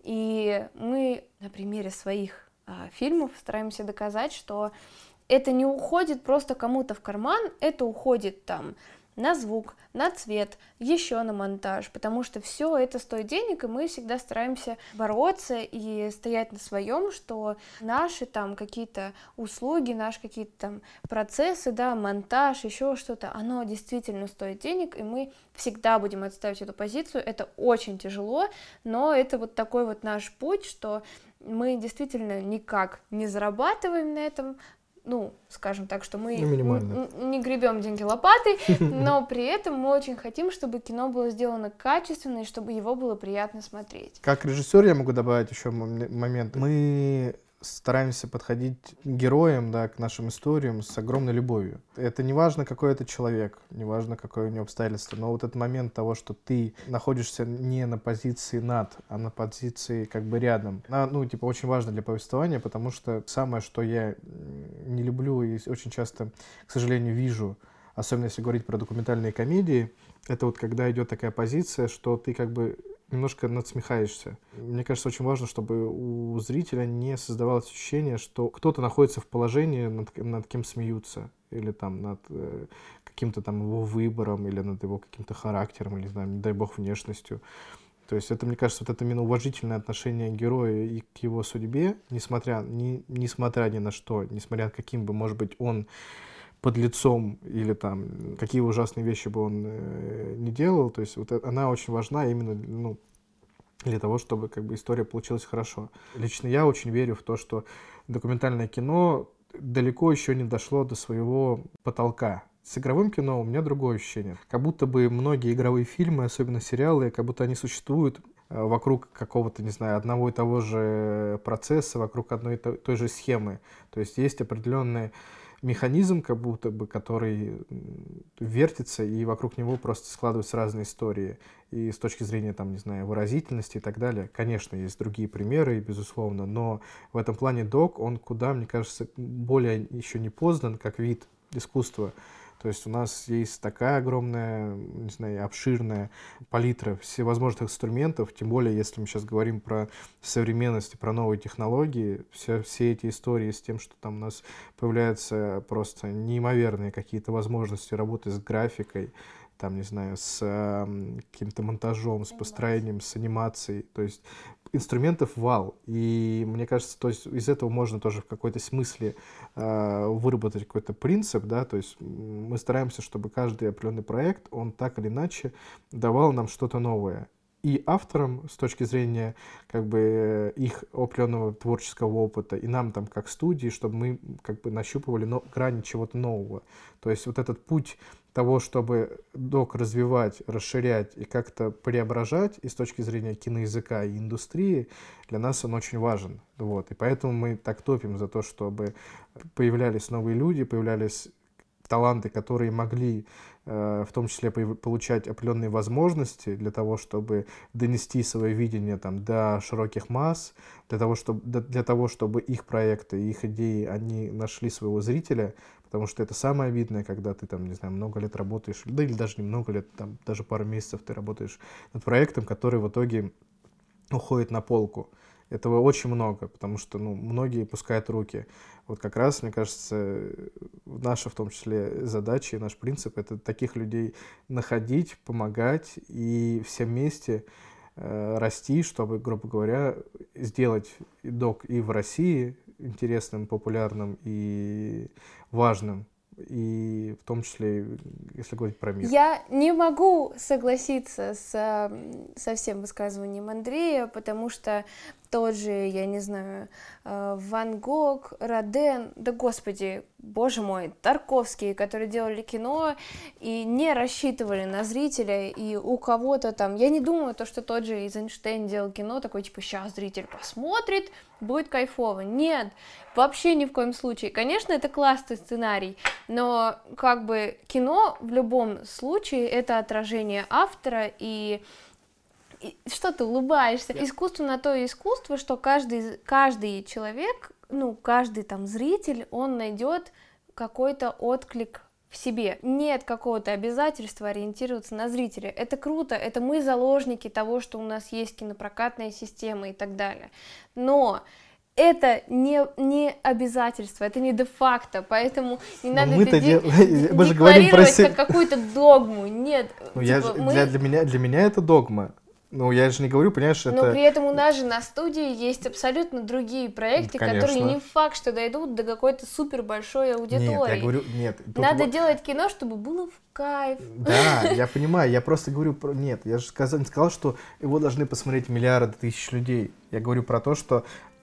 [SPEAKER 2] И мы на примере своих фильмов стараемся доказать, что это не уходит просто кому-то в карман, это уходит там на звук, на цвет, еще на монтаж, потому что все это стоит денег, и мы всегда стараемся бороться и стоять на своем, что наши там какие-то услуги, наши какие-то там процессы, да, монтаж, еще что-то, оно действительно стоит денег, и мы всегда будем отставить эту позицию. Это очень тяжело, но это вот такой вот наш путь, что мы действительно никак не зарабатываем на этом, скажем так, что мы не гребем деньги лопатой, но при этом мы очень хотим, чтобы кино было сделано качественно и чтобы его было приятно смотреть.
[SPEAKER 3] Как режиссер я могу добавить еще момент. Мы стараемся подходить к героям, да, к нашим историям с огромной любовью. Это не важно, какой это человек, не важно, какое у него обстоятельство, но вот этот момент того, что ты находишься не на позиции над, а на позиции как бы рядом, очень важно для повествования, потому что самое, что я не люблю и очень часто, к сожалению, вижу, особенно если говорить про документальные комедии, это вот когда идет такая позиция, что ты как бы немножко надсмехаешься. Мне кажется, очень важно, чтобы у зрителя не создавалось ощущение, что кто-то находится в положении, над кем смеются, или там над каким-то там его выбором, или над его каким-то характером, или, не знаю, не дай бог, внешностью. То есть это, мне кажется, вот это именно уважительное отношение героя и к его судьбе, несмотря ни на что, несмотря на каким бы, может быть, он подлецом или там какие ужасные вещи бы он не делал. То есть вот она очень важна именно для того, чтобы как бы история получилась хорошо. Лично я очень верю в то, что документальное кино далеко еще не дошло до своего потолка. С игровым кино у меня другое ощущение. Как будто бы многие игровые фильмы, особенно сериалы, как будто они существуют вокруг какого-то, не знаю, одного и того же процесса, вокруг одной и той же схемы. То есть есть определенный механизм, как будто бы, который вертится, и вокруг него просто складываются разные истории. И с точки зрения, там, не знаю, выразительности и так далее. Конечно, есть другие примеры, безусловно, но в этом плане док, он куда, мне кажется, более еще не познан, как вид искусства. То есть у нас есть такая огромная, не знаю, обширная палитра всевозможных инструментов, тем более, если мы сейчас говорим про современность и про новые технологии, все эти истории с тем, что там у нас появляются просто неимоверные какие-то возможности работы с графикой, там, не знаю, с каким-то монтажом, с построением, с анимацией, то есть инструментов вал. И мне кажется, то есть из этого можно тоже в какой-то смысле выработать какой-то принцип, да, то есть мы стараемся, чтобы каждый определенный проект, он так или иначе давал нам что-то новое. И авторам с точки зрения как бы их определенного творческого опыта, и нам там как студии, чтобы мы как бы нащупывали грани чего-то нового. То есть вот этот путь того, чтобы док развивать, расширять и как-то преображать и с точки зрения киноязыка и индустрии, для нас он очень важен. Вот. И поэтому мы так топим за то, чтобы появлялись новые люди, появлялись таланты, которые могли в том числе получать определенные возможности для того, чтобы донести свое видение там, до широких масс, для того, чтобы их проекты, их идеи, они нашли своего зрителя, потому что это самое обидное, когда ты там, не знаю, много лет работаешь, да или даже не много лет, там, даже пару месяцев ты работаешь над проектом, который в итоге уходит на полку. Этого очень много, потому что многие пускают руки. Вот как раз, мне кажется, наша в том числе задача и наш принцип — это таких людей находить, помогать и все вместе расти, чтобы, грубо говоря, сделать док и в России интересным, популярным и важным. И в том числе, если говорить про мир.
[SPEAKER 2] Я не могу согласиться со всем высказыванием Андрея, потому что тот же, я не знаю, Ван Гог, Роден, да господи, боже мой, Тарковские, которые делали кино и не рассчитывали на зрителя, и у кого-то там, я не думаю, что тот же Эйзенштейн делал кино, такой типа, сейчас зритель посмотрит, будет кайфово. Нет, вообще ни в коем случае. Конечно, это классный сценарий, но как бы кино в любом случае это отражение автора, и что ты улыбаешься? Искусство на то и искусство, что каждый человек, каждый там зритель, он найдет какой-то отклик в себе. Нет какого-то обязательства ориентироваться на зрителя. Это круто, это мы заложники того, что у нас есть кинопрокатная система и так далее. Но это не обязательство, это не де-факто, поэтому не надо это декларировать как какую-то догму. Нет.
[SPEAKER 3] Для меня это догма. Я же не говорю, понимаешь, это...
[SPEAKER 2] Но при этом у нас же на студии есть абсолютно другие проекты, которые не факт, что дойдут до какой-то супер большой аудитории.
[SPEAKER 3] Нет, я говорю, нет.
[SPEAKER 2] Надо делать кино, чтобы было в кайф.
[SPEAKER 3] Да, я понимаю, я просто говорю, нет, я же не сказал, что его должны посмотреть миллиарды тысяч людей. Я говорю про то, что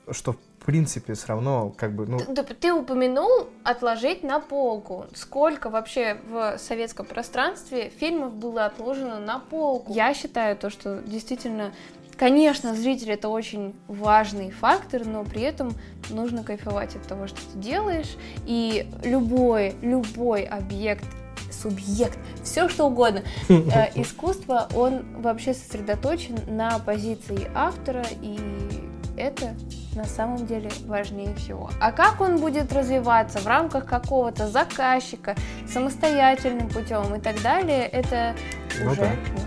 [SPEAKER 3] в принципе все равно как бы...
[SPEAKER 2] Ты упомянул отложить на полку. Сколько вообще в советском пространстве фильмов было отложено на полку? Я считаю то, что действительно, конечно, зритель — это очень важный фактор, но при этом нужно кайфовать от того, что ты делаешь, и любой объект, субъект, все что угодно. Искусство, он вообще сосредоточен на позиции автора, и это на самом деле важнее всего. А как он будет развиваться в рамках какого-то заказчика, самостоятельным путем и так далее, это уже